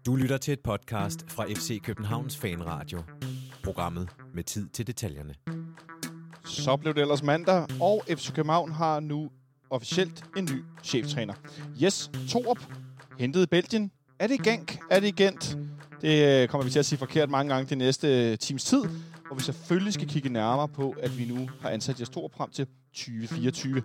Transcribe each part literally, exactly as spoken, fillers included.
Du lytter til et podcast fra F C Københavns Fanradio. Programmet med tid til detaljerne. Så blev det ellers mandag, og F C København har nu officielt en ny cheftræner. Jes Torup, hentet i Belgien. Er det Genk? Er det Gent? Det kommer vi til at sige forkert mange gange de næste times tid, hvor vi selvfølgelig skal kigge nærmere på, at vi nu har ansat Jes Torup frem til tyve fireogtyve.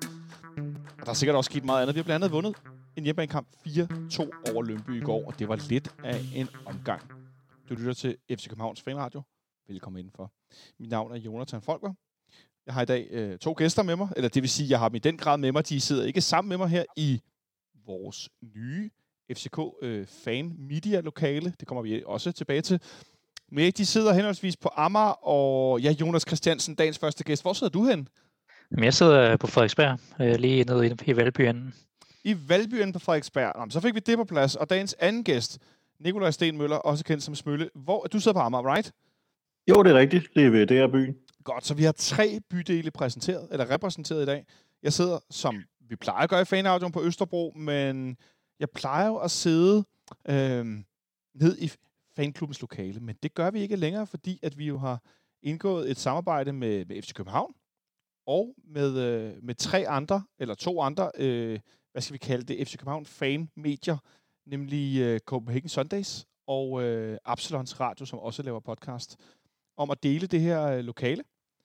Og der er sikkert også sket meget andet. Vi har blandt andet vundet en hjemmebanekamp fire to over Lyngby i går, og det var lidt af en omgang. Du lytter til F C Københavns Fanradio. Velkommen indenfor. Mit navn er Jonathan Folker. Jeg har i dag øh, to gæster med mig, eller det vil sige, jeg har dem i den grad med mig. De sidder ikke sammen med mig her i vores nye F C K øh, Fan Media lokale. Det kommer vi også tilbage til. Men de sidder henholdsvis på Amager, og ja, Jonas Christiansen, dagens første gæst. Hvor sidder du hen? Jamen, jeg sidder på Frederiksberg, øh, lige nede i, i Valbyen. I Valbyen på Frederiksberg. Jamen, så fik vi det på plads. Og dagens anden gæst, Nikolaj Sten Møller, også kendt som Smølle. Hvor, du sidder på Amager, right? Jo, det er rigtigt. Det er ved det her byen. Godt, så vi har tre bydele præsenteret, eller repræsenteret i dag. Jeg sidder, som vi plejer at gøre i Fanradioen på Østerbro, men jeg plejer jo at sidde øh, ned i fanklubbens lokale. Men det gør vi ikke længere, fordi at vi jo har indgået et samarbejde med, med F C København, og med, øh, med tre andre, eller to andre, øh, hvad skal vi kalde det, F C København fan-medier, nemlig øh, Copenhagen Sundays og øh, Absalons Radio, som også laver podcast, om at dele det her øh, lokale,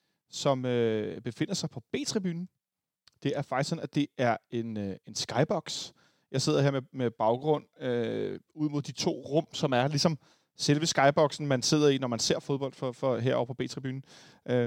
som øh, befinder sig på B-tribunen. Det er faktisk sådan, at det er en, øh, en skybox. Jeg sidder her med, med baggrund øh, ud mod de to rum, som er ligesom selve skyboxen, man sidder i, når man ser fodbold for, for herovre på B-tribunen. Øh,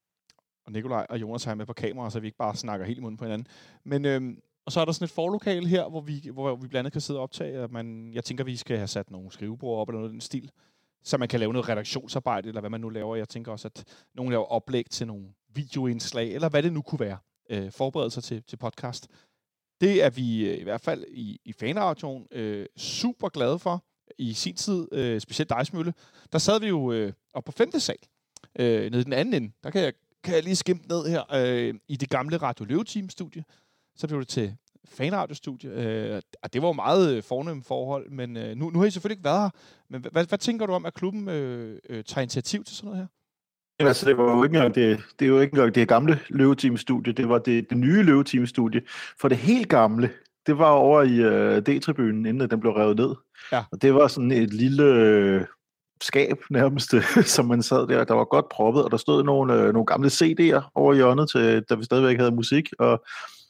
og Nikolaj og Jonas har med på kamera, så vi ikke bare snakker helt i munden på hinanden. Men, øhm, og så er der sådan et forlokale her, hvor vi, hvor vi blandt andet kan sidde og optage. Og man, jeg tænker, vi skal have sat nogle skrivebord op eller noget af den stil, så man kan lave noget redaktionsarbejde, eller hvad man nu laver. Jeg tænker også, at nogen laver oplæg til nogle videoindslag, eller hvad det nu kunne være. Øh, forberedelser til, til podcast. Det er vi øh, i hvert fald i, i Fanradioen øh, super glade for. I sin tid, øh, specielt dig, Smølle, der sad vi jo øh, oppe på femte sal, øh, nede i den anden ende. Der kan jeg kan jeg lige skimpe ned her øh, i det gamle Radio Løve-team-studie. Så blev det til Fanradio-studie. Øh, det var jo meget fornemme forhold, men øh, nu, nu har I selvfølgelig ikke været her. Men hvad, hvad tænker du om, at klubben øh, øh, tager initiativ til sådan noget her? Jamen, altså, det var jo ikke engang det, det er jo ikke engang det gamle Løve-team-studie. Det var det, det nye Løve-team-studie. For det helt gamle, det var over i øh, D-tribunen, inden den blev revet ned. Ja. Og det var sådan et lille Øh, skab nærmest, som man sad der. Der var godt proppet, og der stod nogle, øh, nogle gamle C D'er over hjørnet, til, da vi stadigvæk havde musik, og,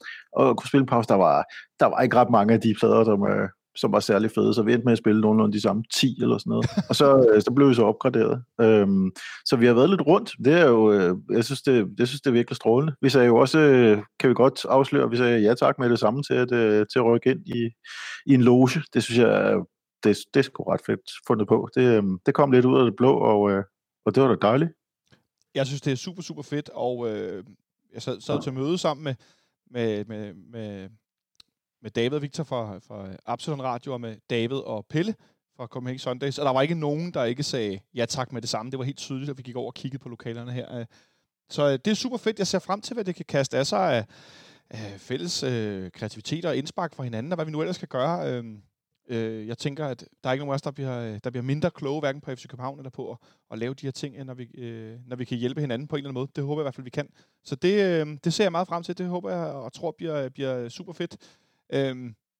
og kunne spille en pause. Der var, der var ikke ret mange af de plader, som, øh, som var særlig fede, så vi endte med at spille nogle af de samme ti eller sådan noget. Og så, øh, så blev vi så opgraderet. Øhm, så vi har været lidt rundt. Det er jo, øh, jeg synes, det, jeg synes, det er virkelig strålende. Vi sagde jo også, øh, kan vi godt afsløre, vi sagde ja tak med det samme til at, øh, til at rykke ind i, i en loge. Det synes jeg Det, det er sgu ret fedt fundet på. Det, det kom lidt ud af det blå, og, øh, og det var da dejligt. Jeg synes, det er super, super fedt, og øh, jeg sad, sad til møde sammen med, med, med, med, med David og Victor fra, fra Absalon Radio, og med David og Pelle fra Copenhagen Sundays, og der var ikke nogen, der ikke sagde ja tak med det samme. Det var helt tydeligt, at vi gik over og kiggede på lokalerne her. Så det er super fedt. Jeg ser frem til, hvad det kan kaste af sig af, af fælles øh, kreativitet og indspark fra hinanden, og hvad vi nu ellers skal gøre. Øh, Øh, jeg tænker, at der er ikke nogen af os, der bliver, der bliver mindre kloge, hverken på F C København eller på at, at lave de her ting, når vi, øh, når vi kan hjælpe hinanden på en eller anden måde. Det håber jeg i hvert fald, vi kan. Så det, øh, det ser jeg meget frem til. Det håber jeg og tror bliver, bliver super fedt. Øh,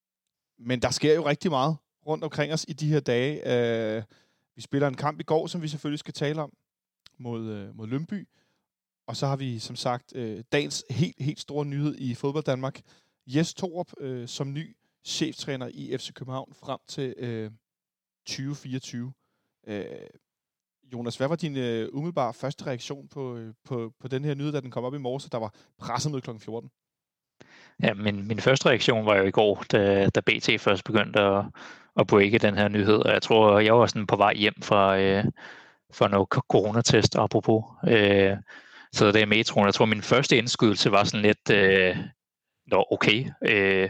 men der sker jo rigtig meget rundt omkring os i de her dage. Øh, vi spiller en kamp i går, som vi selvfølgelig skal tale om, mod, øh, mod Lyngby. Og så har vi som sagt øh, dagens helt, helt store nyhed i fodbold Danmark. Jes Torup øh, som ny cheftræner i F C København frem til øh, tyve fireogtyve. Øh, Jonas, hvad var din øh, umiddelbare første reaktion på, øh, på, på den her nyhed, da den kom op i morges, der var pressemøde klokken fjorten? Ja, min, min første reaktion var jo i går, da, da B T først begyndte at, at breake den her nyhed, og jeg tror, jeg var sådan på vej hjem fra, øh, fra noget coronatest, apropos. Øh, så da jeg metroen, jeg tror, min første indskydelse var sådan lidt, øh, nå, okay, øh,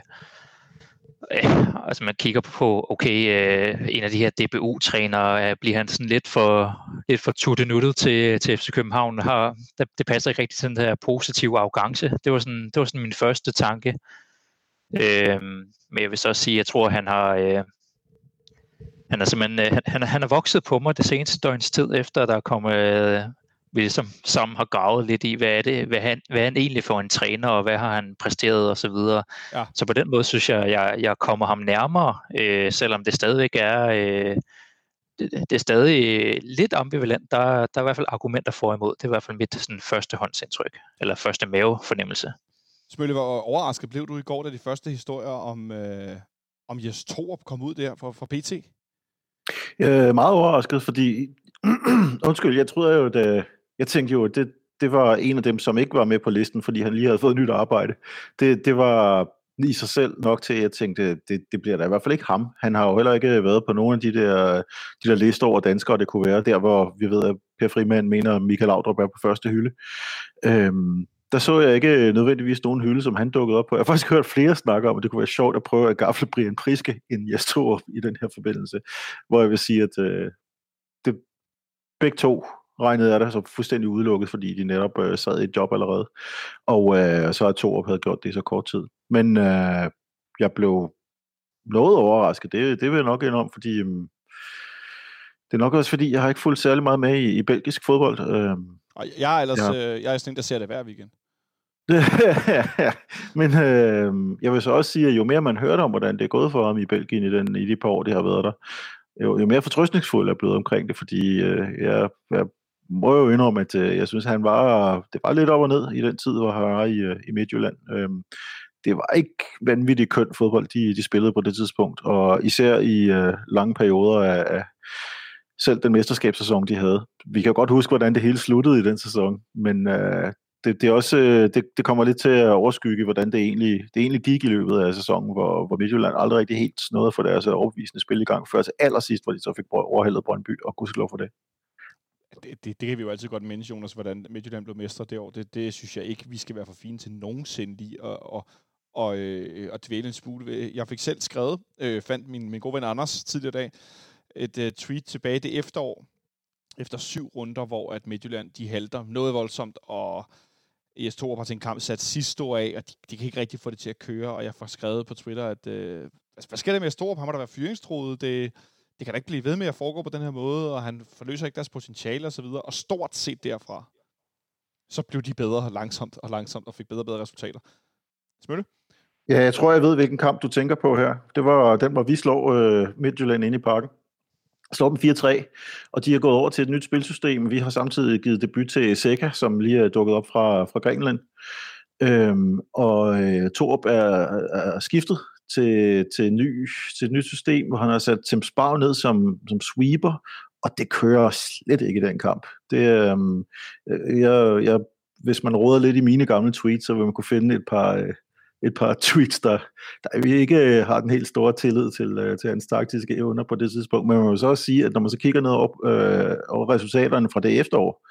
Øh, altså man kigger på, okay, øh, en af de her D B U-trænere, øh, bliver han sådan lidt for, lidt for tuttenuttet til, til F C København. Har, det, det passer ikke rigtig til den her positive arrogance. Det var sådan, det var sådan min første tanke. Øh, men jeg vil så også sige, at jeg tror, at han har, øh, men altså, man, øh, han, han er vokset på mig det seneste døgns tid, efter der er kommet, øh, vi ligesom sammen har gravet lidt i, hvad er det, hvad han, hvad er han egentlig for en træner, og hvad har han præsteret og så videre. Ja. Så på den måde synes jeg, jeg, jeg kommer ham nærmere, øh, selvom det stadigvæk er, øh, det, det er stadig lidt ambivalent. Der, der er i hvert fald argumenter for og imod. Det er i hvert fald mit sådan, første håndsindtryk, eller første mavefornemmelse. Smølle, hvor overrasket blev du i går, da de første historier om, øh, om Jes Torup kom ud der fra, fra P T? Øh, meget overrasket, fordi undskyld, jeg troede jo, at jeg tænkte jo, at det, det var en af dem, som ikke var med på listen, fordi han lige havde fået nyt arbejde. Det, det var i sig selv nok til, at jeg tænkte, det, det bliver da i hvert fald ikke ham. Han har jo heller ikke været på nogen af de der, de der lister over danskere, det kunne være der, hvor vi ved, at Per Frimann mener, at Michael Laudrup er på første hylde. Øhm, der så jeg ikke nødvendigvis nogen hylde, som han dukkede op på. Jeg har faktisk hørt flere snakke om, at det kunne være sjovt at prøve at gafle Brian Priske end Jes Torup i den her forbindelse, hvor jeg vil sige, at øh, det, begge to regnede jeg det så fuldstændig udelukket, fordi de netop øh, sad i et job allerede, og øh, så at Torup havde gjort det i så kort tid. Men øh, jeg blev noget overrasket, det, det vil jeg nok indrømme, fordi øh, det er nok også fordi, jeg har ikke fulgt særlig meget med i, i belgisk fodbold. Øh, og jeg er ellers ja. øh, jeg er sådan en, der ser det hver weekend. Men øh, jeg vil så også sige, at jo mere man hørte om, hvordan det er gået for ham i Belgien i, den, i de par år, det har været der, jo, jo mere fortrøstningsfuld er blevet omkring det, fordi øh, jeg, jeg må jo indrømme, at øh, jeg synes, han var, det var lidt op og ned i den tid, hvor han var i, øh, i Midtjylland. Øh, det var ikke vanvittigt kønt fodbold, de, de spillede på det tidspunkt, og især i øh, lange perioder af, af selv den mesterskabssæson, de havde. Vi kan jo godt huske, hvordan det hele sluttede i den sæson, men øh, det, det, er også, det, det kommer lidt til at overskygge, hvordan det egentlig, det egentlig gik i løbet af sæsonen, hvor, hvor Midtjylland aldrig rigtig helt nåede at få deres overbevisende spil i gang, før til allersidst, hvor de så fik overhældet Brøndby, og gudskelov for det. Det, det. det kan vi jo altid godt minde, Jonas, hvordan Midtjylland blev mestre det år. Det, det synes jeg ikke, vi skal være for fine til nogensinde lige at, og, og, øh, at dvæle en smule ved. Jeg fik selv skrevet, øh, fandt min, min gode ven Anders tidligere dag, et uh, tweet tilbage det efterår, efter syv runder, hvor at Midtjylland, de halter noget voldsomt, og Jes Torup har til en kamp sat sidste år af, og de, de kan ikke rigtig få det til at køre, og jeg får skrevet på Twitter, at øh, altså, hvad sker der med Jes Torup? Han må da være fyringstroet. Det, det kan da ikke blive ved med at foregå på den her måde, og han forløser ikke deres potentiale osv., og, og stort set derfra, så blev de bedre langsomt og langsomt, og fik bedre og bedre resultater. Smølle? Ja, jeg tror, jeg ved, hvilken kamp du tænker på her. Det var den, hvor vi slår øh, Midtjylland inde i parken. Slår dem fire tre, og de er gået over til et nyt spilsystem. Vi har samtidig givet debut til Seca, som lige er dukket op fra, fra Grækenland. Øhm, og øh, Torup er, er skiftet til, til, ny, til et nyt system, hvor han har sat Tim Sparv ned som, som sweeper, og det kører slet ikke i den kamp. Det, øhm, jeg, jeg, hvis man råder lidt i mine gamle tweets, så vil man kunne finde et par... Øh, et par tweets, der, der vi ikke har den helt store tillid til, til hans taktiske evner på det tidspunkt. Men man må så også sige, at når man så kigger ned op, øh, over resultaterne fra det efterår,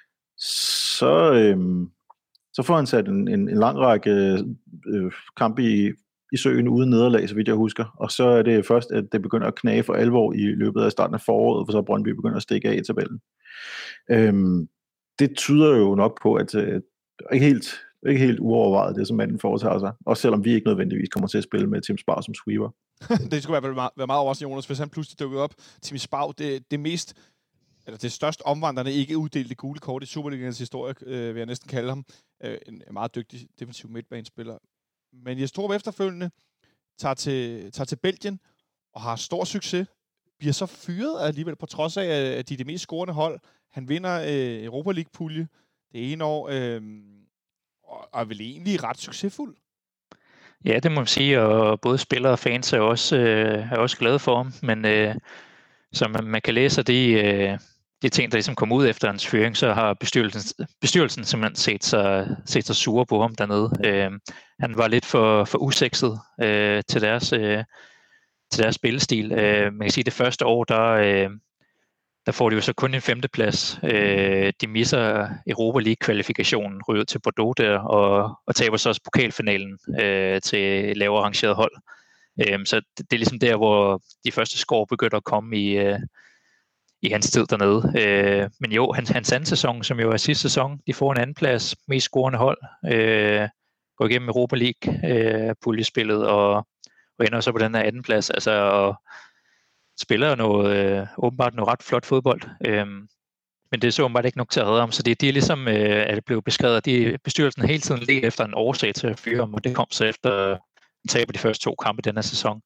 så, øh, så får han sat en, en, en lang række øh, kampe i, i søen uden nederlag, så vidt jeg husker. Og så er det først, at det begynder at knage for alvor i løbet af starten af foråret, for så Brøndby begynder at stikke af i tabellen. Øh, det tyder jo nok på, at øh, ikke helt ikke helt uovervejet, det som manden foretager sig. Også selvom vi ikke nødvendigvis kommer til at spille med Tim Sparv som sweeper. Det skulle være meget, være meget overraskende, Jonas, hvis han pludselig dukkede op. Tim Sparv, det, det mest, eller det største omvandrende ikke uddelte gule kort i Superligaens historie, øh, vil jeg næsten kalde ham. Øh, en meget dygtig defensiv midtbanespiller. Men Jes Torup efterfølgende tager til, tager til Belgien og har stor succes. Bliver så fyret alligevel, på trods af, at de er det mest scorende hold. Han vinder øh, Europa League-pulje det ene år, øh, og er vel egentlig ret succesfuld. Ja, det må man sige, og både spillere og fans er også, øh, er også glade for ham, men øh, som man, man kan læse af de, øh, de ting, der ligesom kom ud efter hans fyring, så har bestyrelsen, bestyrelsen simpelthen set sig, set sig sure på ham dernede. Øh, han var lidt for, for usekset øh, til, deres, øh, til deres spillestil. Øh, man kan sige, at det første år, der... Øh, Der får de jo så kun en femteplads. Øh, de misser Europa League-kvalifikationen, ryger til Bordeaux der, og, og taber så også pokalfinalen øh, til lavere rangeret hold. Øh, så det, det er ligesom der, hvor de første skår begynder at komme i, øh, i hans tid dernede. Øh, men jo, hans, hans anden sæson, som jo er sidste sæson, de får en anden plads, mest scorende hold, øh, går igennem Europa League-puljespillet, øh, og, og ender så på den her anden plads. Altså, og, spiller noget, øh, åbenbart noget ret flot fodbold. Øhm, men det er så åbenbart ikke nok til at redde ham, så det, det er ligesom, øh, at det blev beskrevet, at de, bestyrelsen hele tiden ledte efter en årsag til at fyre ham, og det kom så efter tab på de første to kampe i denne sæson.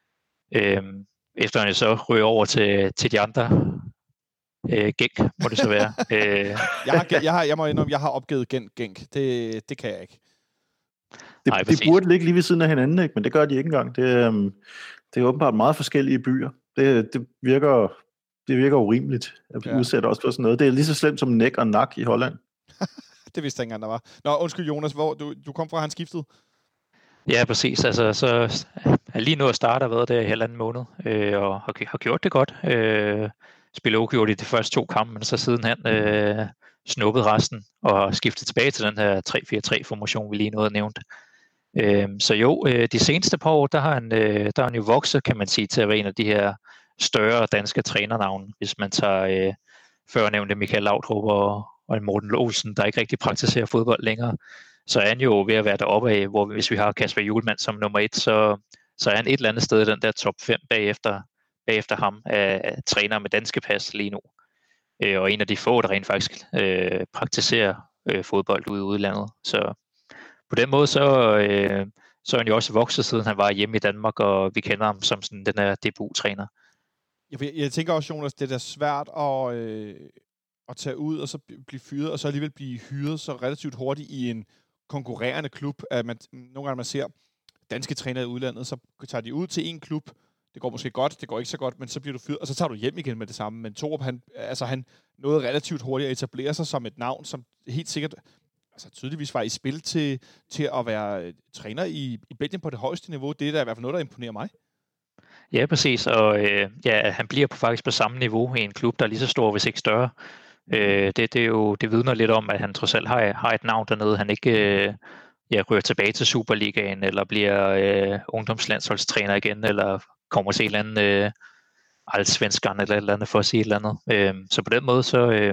Øhm, efter han jo så ryger over til, til de andre. Øh, Genk må det så være. øh. jeg, har, jeg, har, jeg må indrømme, jeg har opgivet Genk. Genk. Det, det kan jeg ikke. Det, Ej, det burde ligge lige ved siden af hinanden, ikke? Men det gør de ikke engang. Det, um, det er åbenbart meget forskellige byer. Det, det, virker, det virker urimeligt at blive ja. udsat også for sådan noget. Det er lige så slemt som Næk og Nak i Holland. Det vidste jeg ikke engang, der var. Nå, undskyld Jonas, hvor du, du kom fra, han skiftede? Ja, præcis. Altså, så er lige nu at starte har været der i halvanden måned, øh, og har, har gjort det godt. Øh, spiller uafgjort i de første to kampe, men så siden han øh, snuppet resten og skiftet tilbage til den her tre fire tre-formation, vi lige nåede at nævnt. Øh, så jo, øh, de seneste par år, der har, han, øh, der har han jo vokset, kan man sige, til at være en af de her større danske trænernavne, hvis man tager øh, før nævnte Michael Laudrup og, og Morten Olsen, der ikke rigtig praktiserer fodbold længere. Så er han jo ved at være deroppe af, hvor hvis vi har Kasper Hjulmand som nummer et, så, så er han et eller andet sted i den der top fem bagefter, bagefter ham af, af træner med danske pas lige nu. Øh, og en af de få, der rent faktisk øh, praktiserer øh, fodbold ude i udlandet. Så på den måde, så, øh, så er han jo også vokset, siden han var hjemme i Danmark, og vi kender ham som sådan den her debut-træner. Jeg, jeg tænker også, Jonas, det er svært at, øh, at tage ud og så blive fyret, og så alligevel blive hyret så relativt hurtigt i en konkurrerende klub. At man, nogle gange man ser danske trænere i udlandet, så tager de ud til en klub, det går måske godt, det går ikke så godt, men så bliver du fyret, og så tager du hjem igen med det samme. Men Thorup, han, altså, han nåede relativt hurtigt at etablere sig som et navn, som helt sikkert altså, tydeligvis var i spil til, til at være træner i, i Belgien på det højeste niveau. Det er da i hvert fald noget, der imponerer mig. Ja, præcis, og øh, ja, han bliver på, faktisk på samme niveau i en klub, der er lige så stor, hvis ikke større. Øh, det, det, er jo, det vidner lidt om, at han trods alt har, har et navn dernede. Han ikke øh, ja, ryger tilbage til Superligaen, eller bliver øh, ungdomslandsholdstræner igen, eller kommer til et eller andet øh, Allsvenskan eller et eller andet for at sige et eller andet. Øh, så på den måde, så, øh,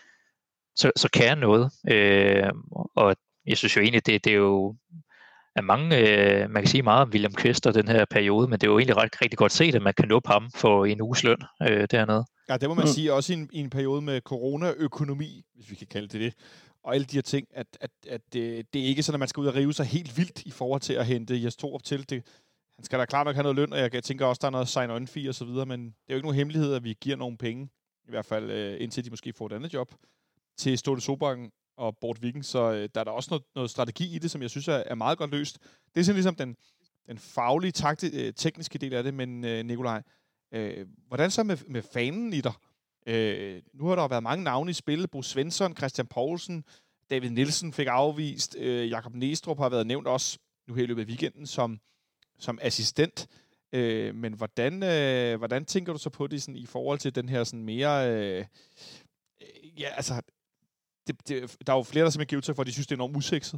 så, så kan han noget. Øh, og jeg synes jo egentlig, det, det er jo er mange, øh, man kan sige meget om William Kvist og den her periode, men det er jo egentlig ret, rigtig godt set, at man kan nå ham for en uges løn øh, dernede. Ja, det må man mm. sige, også i en, i en periode med coronaøkonomi, hvis vi kan kalde det det, og alle de her ting, at, at, at det, det er ikke sådan, at man skal ud og rive sig helt vildt i forhold til at hente Jes Torup til. Det, han skal da klart nok have noget løn, og jeg tænker også, der er noget sign-on-fee og så videre, men det er jo ikke nogen hemmelighed, at vi giver nogle penge, i hvert fald øh, indtil de måske får et andet job, til Ståle Solbakken og Bort Viking, så øh, der er der også noget, noget strategi i det, som jeg synes er, er meget godt løst. Det er sådan ligesom den, den faglige, takti- øh, tekniske del af det, men øh, Nikolaj, øh, hvordan så med, med fanen i dig? Øh, nu har der været mange navne i spil. Bo Svensson, Christian Poulsen, David Nielsen fik afvist, øh, Jakob Næstrup har været nævnt også nu her i løbet af weekenden som, som assistent. Øh, men hvordan, øh, hvordan tænker du så på det sådan, i forhold til den her sådan mere... Øh, ja, altså... Det, det, der er jo flere, der simpelthen giver udtryk for, at de synes, det er enormt usekset.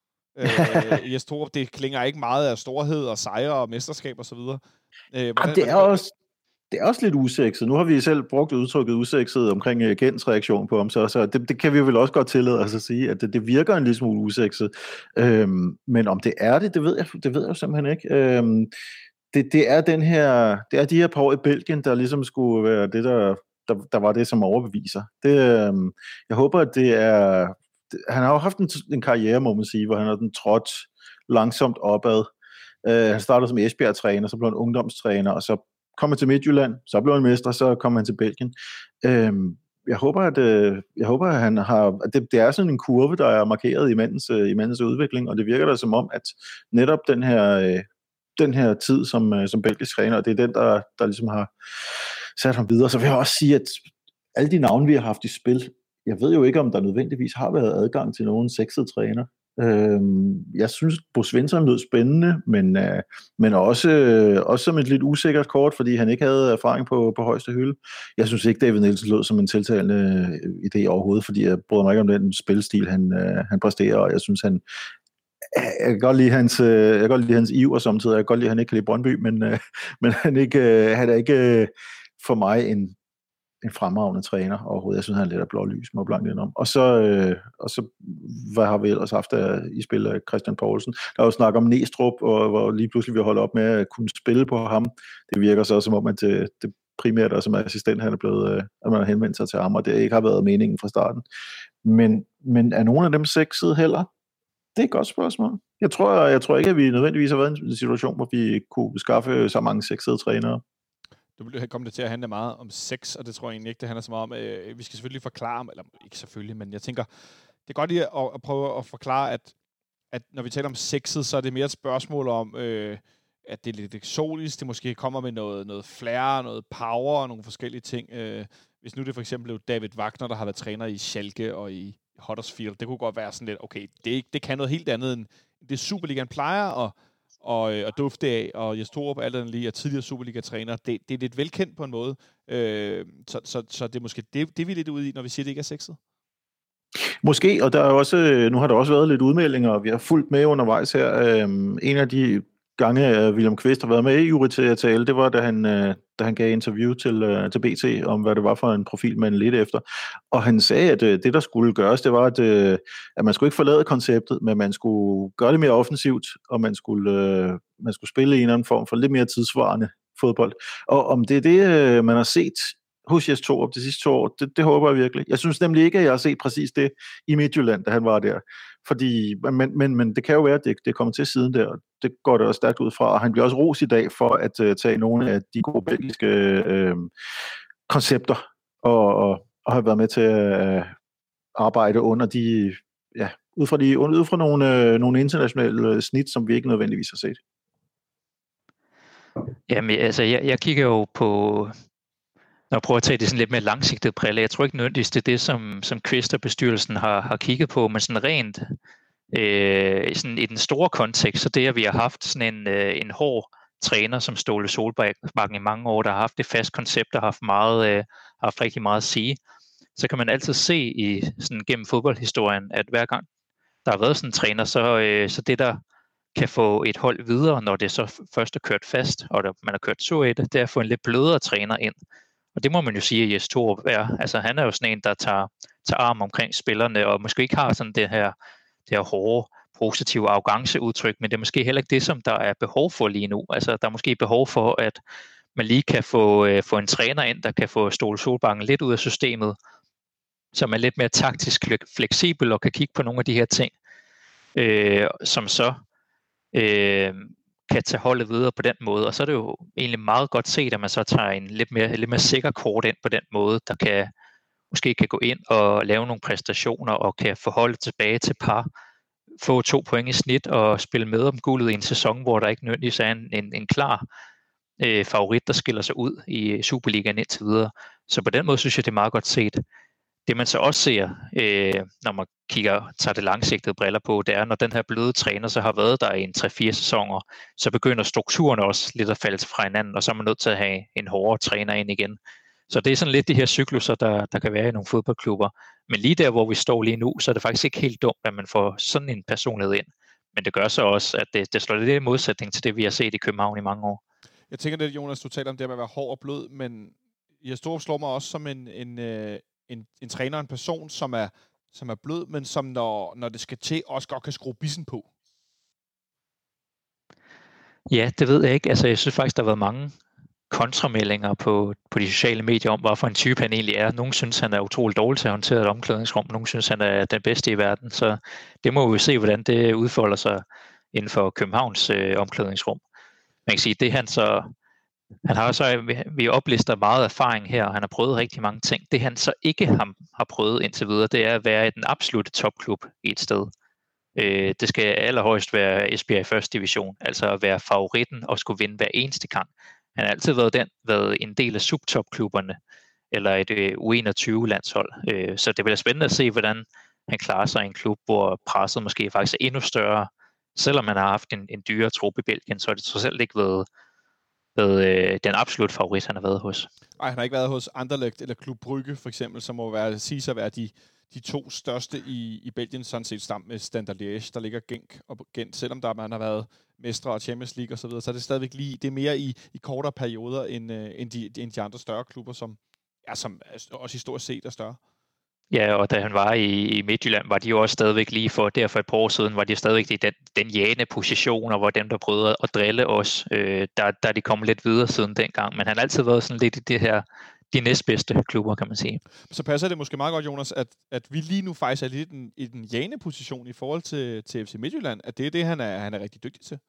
øh, Jes Torup, det klinger ikke meget af storhed og sejre og mesterskab og så videre. Øh, hvordan, ja, det, er også, det er også lidt usekset. Nu har vi selv brugt udtrykket usekset omkring uh, Gens reaktion på ham, så, så det, det kan vi jo vel også godt tillade os at sige, at det, det virker en lille smule usekset. Øhm, men om det er det, det ved jeg, det ved jeg jo simpelthen ikke. Øhm, det, det, er den her, det er de her par år i Belgien, der ligesom skulle være det, der... Der, der var det, som overbeviser. Det, øh, jeg håber, at det er... Det, han har jo haft en, en karriere, må man sige, hvor han har den trådt langsomt opad. Øh, han startede som Esbjerg-træner, så blev han ungdomstræner, og så kom han til Midtjylland, så blev han mester, så kom han til Belgien. Øh, jeg håber, at, øh, jeg håber, at han har... At det, det er sådan en kurve, der er markeret i mandens, øh, i mandens udvikling, og det virker da som om, at netop den her, øh, den her tid som, øh, som belgisk træner, det er den, der, der ligesom har sat ham videre. Så vil jeg også sige, at alle de navne, vi har haft i spil, jeg ved jo ikke, om der nødvendigvis har været adgang til nogen sexede træner. Øhm, jeg synes, Bo Svensson lød spændende, men, øh, men også, øh, også som et lidt usikkert kort, fordi han ikke havde erfaring på, på højeste hylde. Jeg synes ikke, David Nielsen lød som en tiltalende idé overhovedet, fordi jeg bryder mig ikke om den spilstil, han, øh, han præsterer, og jeg synes, han Jeg kan godt lide hans, jeg kan godt lide hans iver samtidig. Jeg kan godt lide, at han ikke kan lide Brøndby, men, øh, men han, ikke, øh, han er ikke øh, for mig en, en fremragende træner overhovedet. Jeg synes, han er lidt af blå lys, må blankt om. Og så, øh, og så hvad har vi ellers haft af, i spil af Christian Poulsen? Der er jo snak om Næstrup, og hvor lige pludselig vi holder op med at kunne spille på ham. Det virker så som om, at det, det, primært og som assistent, han er blevet, øh, at man har henvendt sig til ham, og det ikke har været meningen fra starten. Men, men er nogen af dem sexede heller? Det er et godt spørgsmål. Jeg tror, jeg tror ikke, at vi nødvendigvis har været i en situation, hvor vi kunne skaffe så mange sexede trænere. Du vil komme det til at handle meget om sex, og det tror jeg egentlig ikke, det handler så meget om. Øh, vi skal selvfølgelig forklare, eller ikke selvfølgelig, men jeg tænker, det er godt lige at, at prøve at forklare, at, at når vi taler om sexet, så er det mere et spørgsmål om, øh, at det er lidt eksotisk, det måske kommer med noget, noget flair, noget power og nogle forskellige ting. Øh, hvis nu det for eksempel er David Wagner, der har været træner i Schalke og i Huddersfield, det kunne godt være sådan lidt, okay, det, det kan noget helt andet end det Superligaen plejer, og og, og dufte af, og Jes Torup, alt andet lige, er tidligere Superliga-træner. Det, det er lidt velkendt på en måde. Øh, så, så, så det er måske det, det, vi er lidt ude i, når vi siger, det ikke er sexet. Måske, og der er også, nu har der også været lidt udmeldinger, og vi har fulgt med undervejs her. Øhm, en af de gange, William Kvist har været med i Jury til at tale, det var, da han, da han gav interview til, til B T om, hvad det var for en profil, man lidt efter. Og han sagde, at det, der skulle gøres, det var, at, at man skulle ikke forlade konceptet, men man skulle gøre det mere offensivt, og man skulle, man skulle spille en eller anden form for lidt mere tidsvarende fodbold. Og om det er det, man har set hos Jes Torup de sidste to år, det, det håber jeg virkelig. Jeg synes nemlig ikke, at jeg har set præcis det i Midtjylland, da han var der. Fordi, men, men, men det kan jo være, at det, det kommer til siden der, og det går det også stærkt ud fra. Og han bliver også ros i dag for at uh, tage nogle af de gode belgiske uh, koncepter, og, og, og have været med til at uh, arbejde under de, ja, ud fra, de, ud fra nogle, uh, nogle internationale snit, som vi ikke nødvendigvis har set. Jamen, altså, jeg, jeg kigger jo på, når jeg prøver at tage det sådan lidt mere langsigtet brille, jeg tror ikke nødvendigvis, det er det, som, som Kvist og bestyrelsen har, har kigget på, men sådan rent øh, sådan i den store kontekst, så det, at vi har haft sådan en, øh, en hård træner som Ståle Solbakken i mange år, der har haft det fast koncept, der har haft, meget, øh, har haft rigtig meget at sige, så kan man altid se i sådan gennem fodboldhistorien, at hver gang der har været sådan en træner, så, øh, så det, der kan få et hold videre, når det så først er kørt fast, og der, man har kørt sur i det, det er at få en lidt blødere træner ind. Og det må man jo sige, at Jes Torup er. Altså, han er jo sådan en, der tager, tager arm omkring spillerne, og måske ikke har sådan det her, det her hårde, positive arroganceudtryk, men det er måske heller ikke det, som der er behov for lige nu. Altså, der er måske behov for, at man lige kan få, øh, få en træner ind, der kan få Ståle Solbakken lidt ud af systemet, som er lidt mere taktisk fleksibel og kan kigge på nogle af de her ting, øh, som så øh, kan tage holdet videre på den måde. Og så er det jo egentlig meget godt set, at man så tager en lidt mere, lidt mere sikker kort ind på den måde, der kan måske kan gå ind og lave nogle præstationer og kan få holdet tilbage til par, få to point i snit og spille med om guldet i en sæson, hvor der ikke nødvendigvis er en, en, en klar øh, favorit, der skiller sig ud i Superligaen indtil videre. Så på den måde synes jeg, det er meget godt set. Det man så også ser, øh, når man kigger, tager det langsigtede briller på, det er, når den her bløde træner så har været der i en tre fire sæsoner, så begynder strukturen også lidt at falde fra hinanden, og så er man nødt til at have en hårdere træner ind igen. Så det er sådan lidt de her cykluser, der, der kan være i nogle fodboldklubber. Men lige der, hvor vi står lige nu, så er det faktisk ikke helt dumt, at man får sådan en personlighed ind. Men det gør så også, at det, det slår lidt i modsætning til det, vi har set i København i mange år. Jeg tænker lidt, Jonas, du taler om det med at være hård og blød, men Jes Torup slår mig også som en, en, en, en træner, en person, som er, som er blød, men som når, når det skal til, også godt kan skrue bissen på. Ja, det ved jeg ikke. Altså, jeg synes faktisk, der har været mange kontrameldinger på, på de sociale medier om, hvad for en type han egentlig er. Nogle synes, han er utroligt dårlig til at håndtere et omklædningsrum. Nogle synes, han er den bedste i verden. Så det må vi jo se, hvordan det udfolder sig inden for Københavns øh, omklædningsrum. Man kan sige, det han så... Han har så, vi oplister meget erfaring her, og han har prøvet rigtig mange ting. Det han så ikke har, har prøvet indtil videre, det er at være i den absolutte topklub i et sted. Øh, det skal allerhøjst være S B A i første division, altså at være favoritten og skulle vinde hver eneste kamp. Han har altid været, den, været en del af subtopklubberne, eller et øh, U enogtyve-landshold. Øh, så det bliver spændende at se, hvordan han klarer sig i en klub, hvor presset måske faktisk er endnu større. Selvom han har haft en, en dyre trup i Belgien, så har det trods alt ikke været, været øh, den absolut favorit, han har været hos. Nej, han har ikke været hos Anderlecht eller Klub Brygge, for eksempel, som må være, sige sig at være de, de to største i, i Belgien, sådan set sammen med Standard Liège, der ligger Genk og Gent, selvom der man har været mestre og Champions League osv., så, så er det stadigvæk lige, det er mere i, i kortere perioder, end, øh, end, de, end de andre større klubber, som, ja, som også historisk set er større. Ja, og da han var i, i Midtjylland, var de jo også stadigvæk lige for, der for et par år siden, var de stadigvæk i den, den jagende position, og var dem, der prøvede at drille os, øh, der, der er de kommet lidt videre siden dengang. Men han har altid været sådan lidt i det her, de næstbedste klubber, kan man sige. Så passer det måske meget godt, Jonas, at, at vi lige nu faktisk er lidt i den, i den jagende position i forhold til, til F C Midtjylland, at det er det, han er, han er rigtig dygtig til.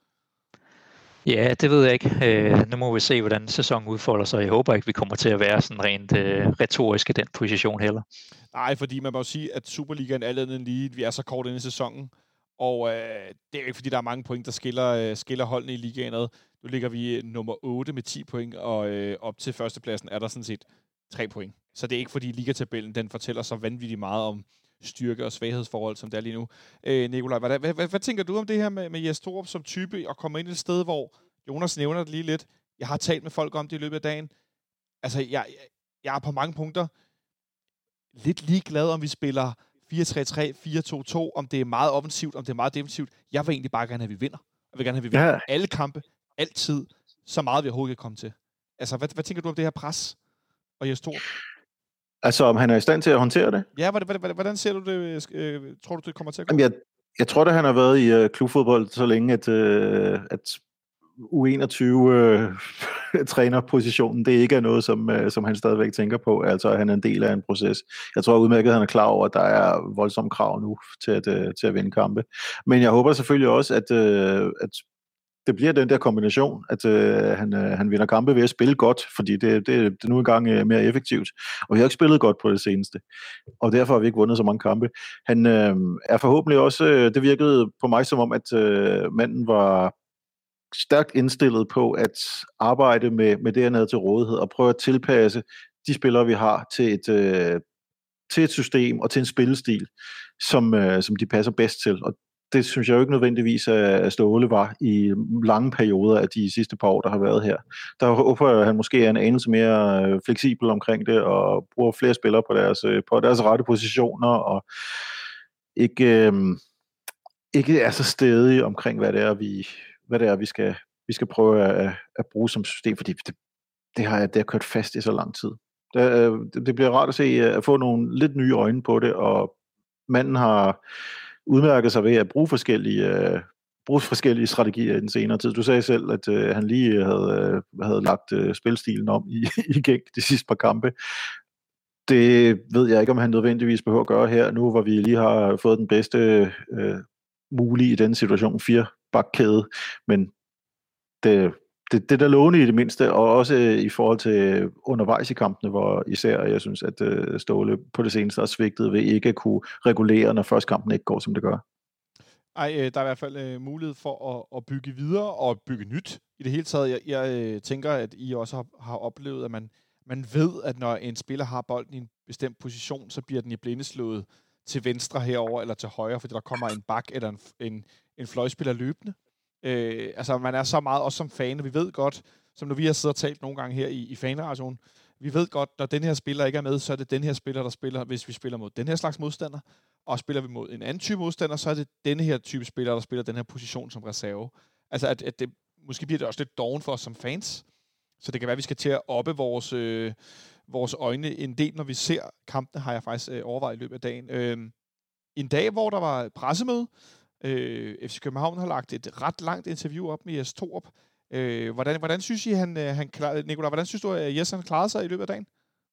Ja, det ved jeg ikke. Øh, nu må vi se, hvordan sæsonen udfolder sig. Jeg håber ikke, vi kommer til at være sådan rent øh, retorisk i den position heller. Nej, fordi man må jo sige, at Superligaen alt andet lige, vi er så kort inde i sæsonen, og øh, det er jo ikke, fordi der er mange point, der skiller, øh, skiller holdene i ligaen ad. Nu ligger vi nummer otte med ti point, og øh, op til førstepladsen er der sådan set tre point. Så det er ikke, fordi ligatabellen den fortæller så vanvittigt meget om styrke- og svaghedsforhold, som det er lige nu. Øh, Nikolaj, hvad, hvad, hvad, hvad tænker du om det her med, med Jes Torup som type, og komme ind et sted, hvor Jonas nævner det lige lidt. Jeg har talt med folk om det i løbet af dagen. Altså, jeg, jeg er på mange punkter lidt ligeglad, om vi spiller fire tre tre, fire to to, om det er meget offensivt, om det er meget defensivt. Jeg vil egentlig bare gerne have, at vi vinder. Jeg vil gerne have, at vi vinder ja. alle kampe, altid, så meget vi overhovedet kan komme til. Altså, hvad, hvad tænker du om det her pres og Jes Torup? Altså, om han er i stand til at håndtere det? Ja, hvordan, hvordan, hvordan ser du det? Øh, tror du, det kommer til at gå? Jamen, jeg, jeg tror, at han har været i uh, klubfodbold så længe, at, uh, at U enogtyve-trænerpositionen, uh, det ikke er noget, som, uh, som han stadigvæk tænker på. Altså, at han er en del af en proces. Jeg tror udmærket, at han er klar over, at der er voldsomme krav nu til at, uh, til at vinde kampe. Men jeg håber selvfølgelig også, at, uh, at det bliver den der kombination, at uh, han, uh, han vinder kampe ved at spille godt, fordi det, det, det er nu engang uh, mere effektivt. Og vi har ikke spillet godt på det seneste, og derfor har vi ikke vundet så mange kampe. Han uh, er forhåbentlig også, uh, det virkede på mig som om, at uh, manden var stærkt indstillet på at arbejde med, med det, han havde til rådighed, og prøve at tilpasse de spillere, vi har, til et, uh, til et system og til en spillestil, som, uh, som de passer bedst til. Og det synes jeg jo ikke nødvendigvis, at Ståle var i lange perioder af de sidste par år, der har været her. Der håber jeg, at han måske er en anelse mere fleksibel omkring det, og bruger flere spillere på deres, på deres rette positioner, og ikke, øh, ikke er så stædig omkring, hvad det er, vi, hvad det er, vi, skal, vi skal prøve at, at bruge som system, fordi det, det, har, det har kørt fast i så lang tid. Det, det bliver rart at se, at få nogle lidt nye øjne på det, og manden har udmærket sig ved at bruge forskellige, uh, bruge forskellige strategier i den senere tid. Du sagde selv, at uh, han lige havde, uh, havde lagt uh, spilstilen om i, i gæk de sidste par kampe. Det ved jeg ikke, om han nødvendigvis behøver at gøre her, nu hvor vi lige har fået den bedste uh, mulige i den situation, fire bakkæde, men det, det, det er da lovende i det mindste, og også uh, i forhold til undervejs i kampene, hvor især jeg synes, at uh, Ståle på det seneste har svigtet ved ikke at kunne regulere, når først kampen ikke går, som det gør. Ej, der er i hvert fald uh, mulighed for at, at bygge videre og bygge nyt i det hele taget. Jeg, jeg uh, tænker, at I også har, har oplevet, at man, man ved, at når en spiller har bolden i en bestemt position, så bliver den i blindeslået til venstre herover eller til højre, fordi der kommer en bak eller en, en, en fløjspiller løbende. Øh, altså, man er så meget, også som fan, og vi ved godt, som når vi har siddet og talt nogle gange her i, i fanradioen, vi ved godt, når den her spiller ikke er med, så er det den her spiller, der spiller, hvis vi spiller mod den her slags modstander, og spiller vi mod en anden type modstander, så er det denne her type spiller, der spiller den her position som reserve. Altså, at, at det, måske bliver det også lidt doven for os som fans, så det kan være, at vi skal til at oppe vores, øh, vores øjne en del, når vi ser kampene, har jeg faktisk øh, overvejet i løbet af dagen. Øh, en dag, hvor der var pressemøde, Øh, F C København har lagt et ret langt interview op med Jes Torup. Øh, hvordan, hvordan synes I, han, han klar, Nikolaj, hvordan synes du, at Jes han klarede sig i løbet af dagen?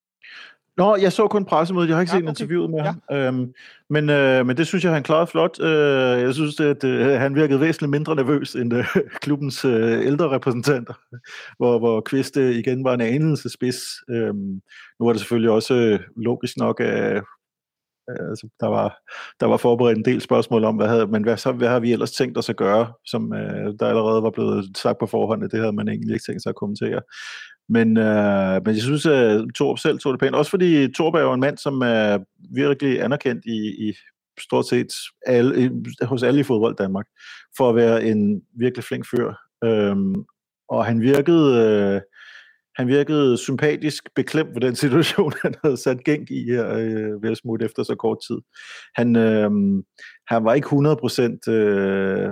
Nå, jeg så kun pressemødet, jeg har ikke ja, set okay. interviewet med ja. ham. Øhm, men, øh, men det synes jeg, han klarede flot. Øh, jeg synes, at øh, han virkede væsentligt mindre nervøs end øh, klubbens øh, ældre repræsentanter, hvor, hvor Kvist øh, igen var en anelse spids. Øh, nu var det selvfølgelig også øh, logisk nok, at øh, altså, der, var, der var forberedt en del spørgsmål om, hvad, havde, men hvad, så, hvad har vi ellers tænkt os at gøre, som øh, der allerede var blevet sagt på forhånd, at det havde man egentlig ikke tænkt sig at kommentere. Men, øh, men jeg synes, at Torup selv tog det pænt. Også fordi Torup er jo en mand, som er virkelig anerkendt i, i stort set alle, i, hos alle i fodbold Danmark, for at være en virkelig flink fyr. Øhm, og han virkede, øh, han virkede sympatisk beklemt ved den situation, han havde sat Genk i her øh, ved at smutte efter så kort tid. Han, øh, han var ikke hundrede procent... Øh,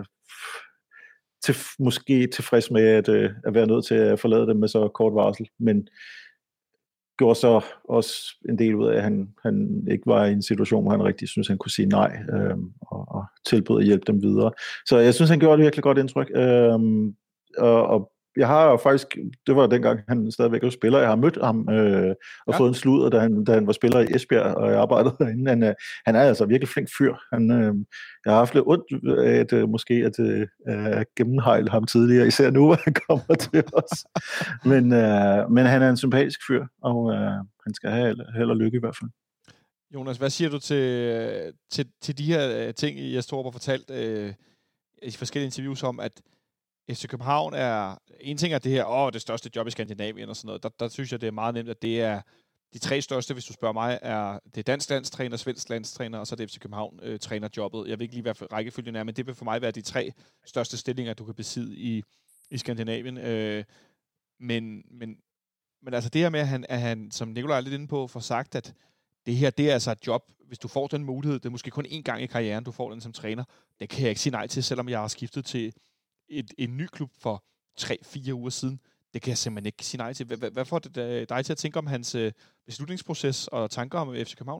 til, måske tilfreds med at, øh, at være nødt til at forlade dem med så kort varsel, men gjorde så også en del ud af, at han, han ikke var i en situation, hvor han rigtig synes, han kunne sige nej, øh, og, og tilbød at hjælpe dem videre. Så jeg synes, han gjorde et virkelig godt indtryk. Øh, og, og jeg har jo faktisk, det var dengang, han stadigvæk var spiller, jeg har mødt ham øh, og ja. fået en sludder, da han, da han var spiller i Esbjerg, og jeg arbejdede derinde. Han, han er altså virkelig flink fyr. Han, øh, jeg har haft lidt ondt af, at øh, måske at øh, gennemhejle ham tidligere, især nu, hvor han kommer til os. Men, øh, men han er en sympatisk fyr, og øh, han skal have held og lykke i hvert fald. Jonas, hvad siger du til, til, til de her ting, Jes Torup har fortalt øh, i forskellige interviews om, at F C København er, en ting er det her, åh, det største job i Skandinavien og sådan noget, der, der synes jeg, det er meget nemt, at det er de tre største, hvis du spørger mig, er det er dansk landstræner, svensk landstræner, og så er det F C København øh, trænerjobbet. Jeg ved ikke lige, hvad rækkefølgen er, men det vil for mig være de tre største stillinger, du kan besidde i, i Skandinavien. Øh, men, men, men altså det her med, at han, at han, som Nikolaj er lidt inde på, får sagt, at det her, det er altså et job, hvis du får den mulighed, det er måske kun én gang i karrieren, du får den som træner, det kan jeg ikke sige nej til, selvom jeg har skiftet til Et, en ny klub for tre-fire uger siden. Det kan jeg simpelthen ikke sige nej til. Hvad, hvad får det dig til at tænke om hans øh, beslutningsproces og tanker om F C København?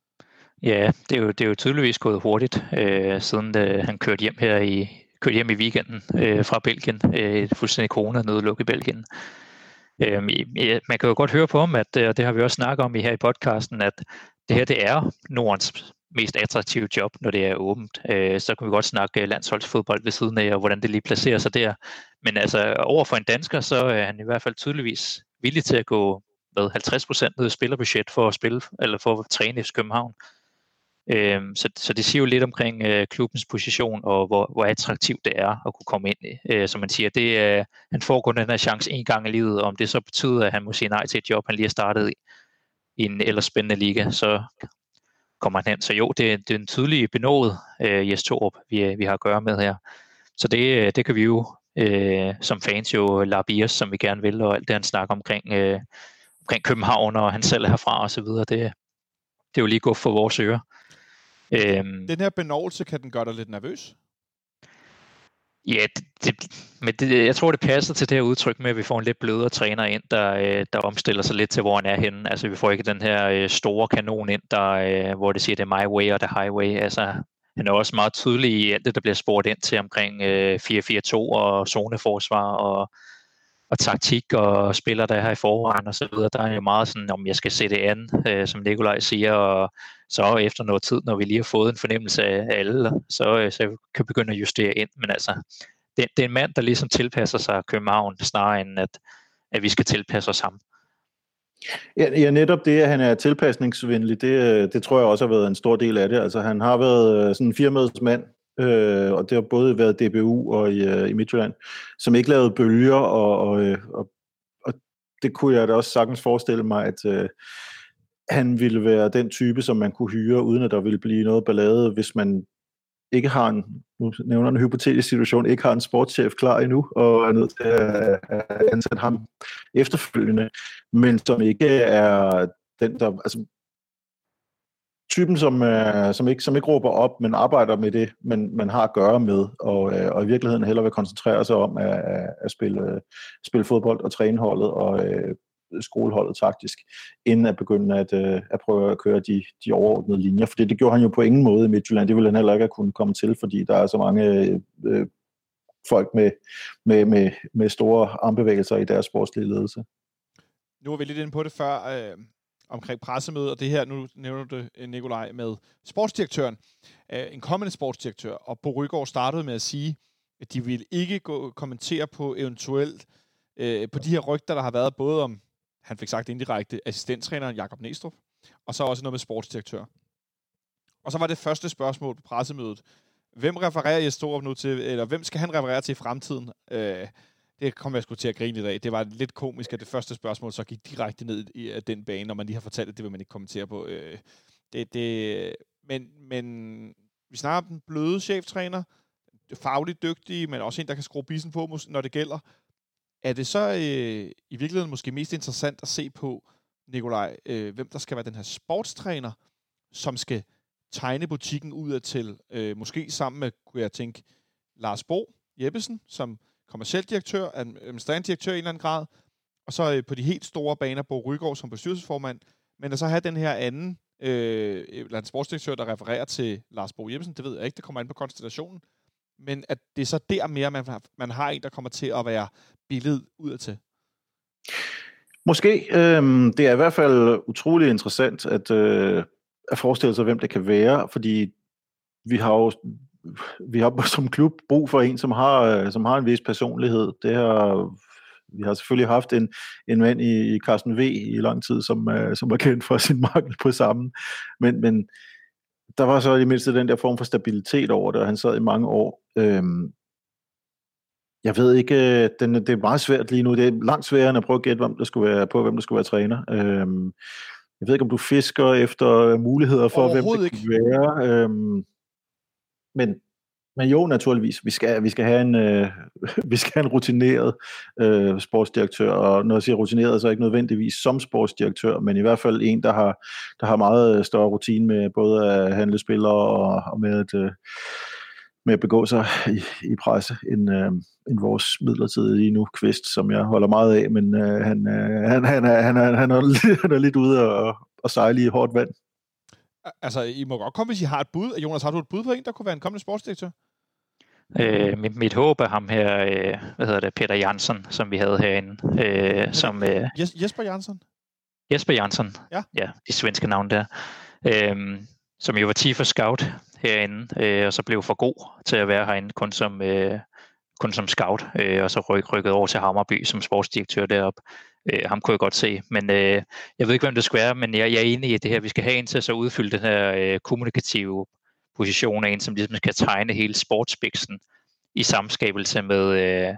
Ja, det er jo, det er jo tydeligvis gået hurtigt, øh, siden det, han kørte hjem her i, kørte hjem i weekenden øh, fra Belgien. Øh, fuldstændig corona-nedlukket i Belgien. Øh, man kan jo godt høre på ham, at, og det har vi også snakket om i her i podcasten, at det her det er Nordens mest attraktive job, når det er åbent. Øh, så kan vi godt snakke landsholdsfodbold ved siden af, og hvordan det lige placerer sig der. Men altså, over for en dansker, så er han i hvert fald tydeligvis villig til at gå med halvtreds procent ned i spillerbudget for at spille, eller for at træne i København. Øh, så, så det siger jo lidt omkring øh, klubbens position, og hvor, hvor attraktivt det er at kunne komme ind i. Øh, som man siger, det er, han får kun den her chance en gang i livet, og om det så betyder, at han må sige nej til et job, han lige har startet i, i en ellers spændende liga, så kommer han hen. Så jo, det, det er en tydelig benået øh, Jes Torup, vi, vi har at gøre med her. Så det, det kan vi jo øh, som fans jo lade bias, som vi gerne vil, og alt det han snakker omkring, øh, omkring København, og han selv er herfra og så videre, det, det er jo lige godt for vores ører. Øhm, den her benovelse, kan den gøre dig lidt nervøs? Ja, det, det, men det, jeg tror, det passer til det her udtryk med, at vi får en lidt blødere træner ind, der, der omstiller sig lidt til, hvor han er henne. Altså, vi får ikke den her store kanon ind, der, hvor det siger, det er my way og the highway. Altså, han er også meget tydelig i alt det, der bliver spurgt ind til omkring fire fire to og zoneforsvar og, og taktik og spillere, der er her i forvejen og så videre. Der er jo meget sådan, om jeg skal se det an, som Nikolaj siger, og så efter noget tid, når vi lige har fået en fornemmelse af alle, så, så kan vi begynde at justere ind. Men altså, det, det er en mand, der ligesom tilpasser sig København, snarere end at, at vi skal tilpasse os ham. Ja, ja, netop det, at han er tilpasningsvenlig, det, det tror jeg også har været en stor del af det. Altså, han har været sådan en firmadsmand, øh, og det har både været D B U og i, i Midtjylland, som ikke lavede bølger, og, og, og, og det kunne jeg da også sagtens forestille mig, at øh, han ville være den type, som man kunne hyre, uden at der ville blive noget ballade, hvis man ikke har en, nu nævner en hypotetisk situation, ikke har en sportschef klar endnu, og er nødt til at ansætte ham efterfølgende, men som ikke er den, der, altså typen, som, øh, som, ikke, som ikke råber op, men arbejder med det, man, man har at gøre med, og, øh, og i virkeligheden hellere vil koncentrere sig om at, at spille, spille fodbold og træne holdet og øh, skoleholdet taktisk, inden at begynde at, øh, at prøve at køre de, de overordnede linjer. For det, det gjorde han jo på ingen måde i Midtjylland. Det ville han heller ikke have kunnet komme til, fordi der er så mange øh, folk med, med, med, med store armbevægelser i deres sportslige ledelse. Nu var vi lidt inde på det før, øh, omkring pressemødet, og det her, nu nævner du det, Nikolaj, med sportsdirektøren, øh, en kommende sportsdirektør, og Bo Rygaard startede med at sige, at de ville ikke gå kommentere på eventuelt øh, på de her rygter, der har været både om, han fik sagt indirekte, assistenttræneren Jakob Næstrup, og så også noget med sportsdirektør. Og så var det første spørgsmål på pressemødet. Hvem refererer Jes Torup nu til, eller hvem skal han referere til i fremtiden? Øh, det kommer jeg sgu til at grine i dag. Det var lidt komisk, at det første spørgsmål så gik direkte ned i den bane, når man lige har fortalt, at det vil man ikke kommentere på. Øh, det, det, men, men vi snakker om den bløde cheftræner, fagligt dygtig, men også en, der kan skrue bissen på, når det gælder. Er det så øh, i virkeligheden måske mest interessant at se på, Nikolaj, øh, hvem der skal være den her sportstræner, som skal tegne butikken ud af til, øh, måske sammen med, kunne jeg tænke, Lars Bo Jeppesen, som kommerciel direktør, administrerende direktør i en eller anden grad, og så øh, på de helt store baner på Rygaard som bestyrelsesformand, men at så have den her anden øh, eller en sportsdirektør, der refererer til Lars Bo Jeppesen, det ved jeg ikke, det kommer ind på konstellationen, men at det er så der mere, man har, man har en, der kommer til at være billedet udadtil. Måske. Øh, det er i hvert fald utrolig interessant at, øh, at forestille sig, hvem det kan være, fordi vi har jo vi har som klub brug for en, som har, som har en vis personlighed. Det har, vi har selvfølgelig haft en, en mand i, i Carsten V i lang tid, som, som var kendt for sin mangel på sammen. Men, men der var så i det mindste den der form for stabilitet over det, og han sad i mange år. Øhm, jeg ved ikke, den, det er meget svært lige nu. Det er langt sværere end at prøve at gætte, hvem der skulle være, på, hvem der skulle være træner. Øhm, jeg ved ikke, om du fisker efter muligheder for, hvem det kunne være. Øhm, men Men jo, naturligvis. Vi skal, vi skal have en, øh, vi skal have en rutineret øh, sportsdirektør, og når jeg siger rutineret, så er ikke nødvendigvis som sportsdirektør, men i hvert fald en, der har, der har meget større rutine med både at handle spillere og, og med, at, øh, med at begå sig i, i presse, end, øh, end vores midlertidige nu Kvist, som jeg holder meget af, men øh, han, øh, han, han, er, han, er, han, er, han er lidt ude og, og sejle i hårdt vand. Altså, I må godt komme, hvis I har et bud. Jonas, har du et bud på en, der kunne være en kommende sportsdirektør? Øh, mit, mit håb er ham her, øh, hvad hedder det, Peter Jansson, som vi havde herinde. Øh, som, øh, Jesper Jansson? Jesper Jansson, ja, ja, de svenske navn der. Øh, som jo var chief of scout herinde, øh, og så blev for god til at være herinde kun som, øh, kun som scout, øh, og så ryk, rykket over til Hammarby som sportsdirektør deroppe. Øh, ham kunne jeg godt se, men øh, jeg ved ikke, hvem det skal være, men jeg, jeg er enig i det her. Vi skal have en til at udfylde den her øh, kommunikative position af en, som ligesom skal tegne hele sportsbiksen i samskabelse med, øh,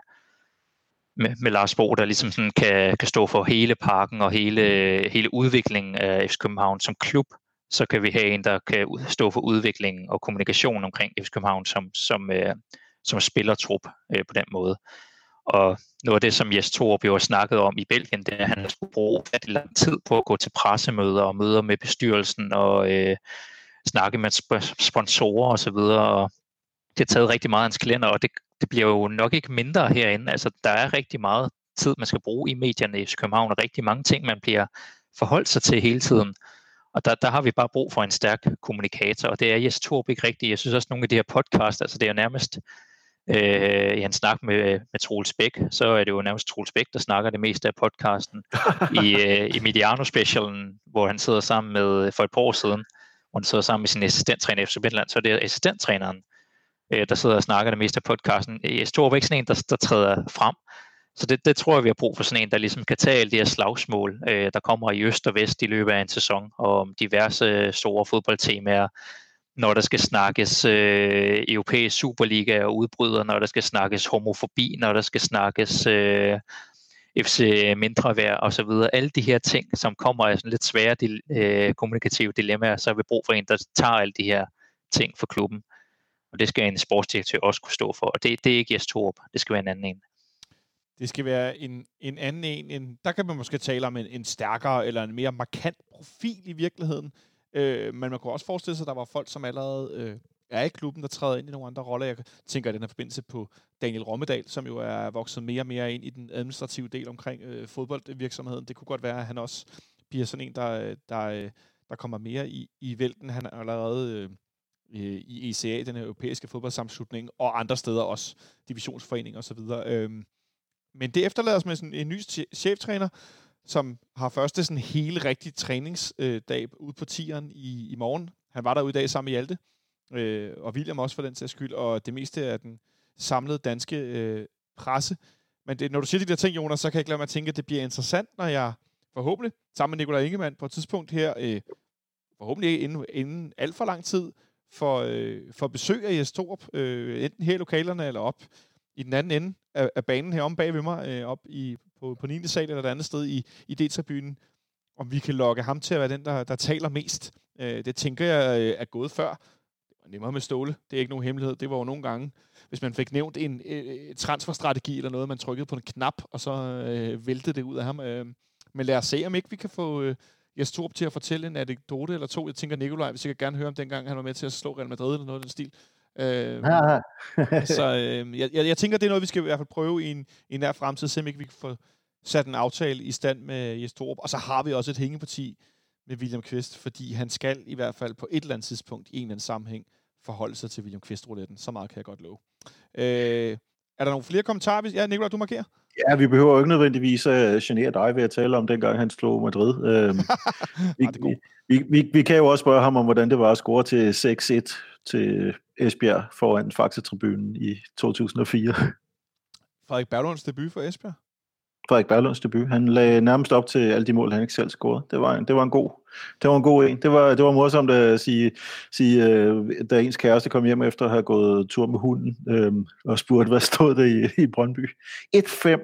med, med Lars Bo, der ligesom sådan kan, kan stå for hele parken og hele, hele udviklingen af F C København som klub. Så kan vi have en, der kan stå for udviklingen og kommunikation omkring F C København som, som, øh, som spillertrup øh, på den måde. Og noget af det, som Jes Torup jo har snakket om i Belgien, det er, at han skulle bruge rigtig lang tid på at gå til pressemøder og møder med bestyrelsen og øh, snakke med sponsorer og så videre. Og det har taget rigtig meget af hans kalender, og det, det bliver jo nok ikke mindre herinde. Altså, der er rigtig meget tid, man skal bruge i medierne i København, og rigtig mange ting, man bliver forholdt sig til hele tiden. Og der, der har vi bare brug for en stærk kommunikator, og det er Jes Torup ikke rigtigt. Jeg synes også, nogle af de her podcasts, altså det er jo nærmest øh, i hans snak med, med Troels Bæk, så er det jo nærmest Troels Bæk, der snakker det meste af podcasten. I, øh, i Mediano-specialen, hvor han sidder sammen med, for et par år siden, hvor han sidder sammen med sin assistenttræner i F C Midtjylland, så er det assistenttræneren, øh, der sidder og snakker det meste af podcasten. Jes Torup er ikke sådan en, der, der træder frem. Så det, det tror jeg, vi har brug for sådan en, der ligesom kan tage alle de her slagsmål, øh, der kommer i øst og vest i løbet af en sæson, og om diverse store fodboldtemaer, når der skal snakkes øh, europæisk Superliga og udbryder, når der skal snakkes homofobi, når der skal snakkes øh, F C mindreværd og så videre. Alle de her ting, som kommer af sådan lidt svære øh, kommunikative dilemmaer, så har vi brug for en, der tager alle de her ting for klubben. Og det skal en sportsdirektør også kunne stå for. Og det, det er ikke Jes Torup, det skal være en anden en. Det skal være en, en anden en, en. Der kan man måske tale om en, en stærkere eller en mere markant profil i virkeligheden. Øh, men man kunne også forestille sig, at der var folk, som allerede øh, er i klubben, der træder ind i nogle andre roller. Jeg tænker i den her forbindelse på Daniel Rommedal, som jo er vokset mere og mere ind i den administrative del omkring øh, fodboldvirksomheden. Det kunne godt være, at han også bliver sådan en, der, der, der kommer mere i, i vælten. Han er allerede øh, i E C A, den europæiske fodboldsammenslutning, og andre steder også, divisionsforeninger osv. Øh, Men det efterlader os med sådan en ny cheftræner, som har første sådan hele rigtige træningsdag ude på tieren i, i morgen. Han var derude i dag sammen med Hjalte, øh, og William også for den sags skyld, og det meste af den samlede danske øh, presse. Men det, når du siger de der ting, Jonas, så kan jeg ikke lade mig at tænke, at det bliver interessant, når jeg forhåbentlig, sammen med Nikolaj Ingemann på et tidspunkt her, øh, forhåbentlig inden, inden alt for lang tid, for, øh, for besøg af Jes Torup, øh, enten her i lokalerne eller op i den anden ende af, af banen heromme bag ved mig, øh, op i, på, på niende sal eller et andet sted i, i D-tribunen, om vi kan lokke ham til at være den, der, der taler mest. Øh, det tænker jeg øh, er gået før. Det var nemmere med Ståle. Det er ikke nogen hemmelighed. Det var jo nogle gange, hvis man fik nævnt en øh, transferstrategi eller noget, man trykkede på en knap, og så øh, væltede det ud af ham. Øh, men lad os se, om ikke vi kan få øh, Jes Torup til at fortælle en anekdote eller to. Jeg tænker, Nikolaj vil sikkert gerne høre om dengang, han var med til at slå Real Madrid eller noget af den stil. Øh, så øh, jeg, jeg, jeg tænker, det er noget, vi skal i hvert fald prøve i en, i en nær fremtid, så ikke vi kan få sat en aftale i stand med Jes Torup, og så har vi også et hængeparti med William Kvist, fordi han skal i hvert fald på et eller andet tidspunkt i en eller anden sammenhæng forholde sig til William Kvist-rouletten. Så meget kan jeg godt love. Øh, er der nogle flere kommentarer? Ja, Nicolaj, du markerer. Ja, vi behøver jo ikke nødvendigvis uh, genere dig ved at tale om dengang han slog Madrid. Uh, vi, vi, vi, vi, vi kan jo også spørge ham om, hvordan det var at score til seks et til Esbjerg foran Faxe-tribunen i to tusind og fire. Frederik Berglunds debut for Esbjerg? Frederik Berglunds debut. Han lagde nærmest op til alle de mål, han ikke selv scorede. Det var en, det var en god, det var en god en. Det var, det var morsomt at sige, sige uh, da ens kæreste kom hjem efter at have gået tur med hunden um, og spurgte, hvad stod der i, i Brøndby. et fem.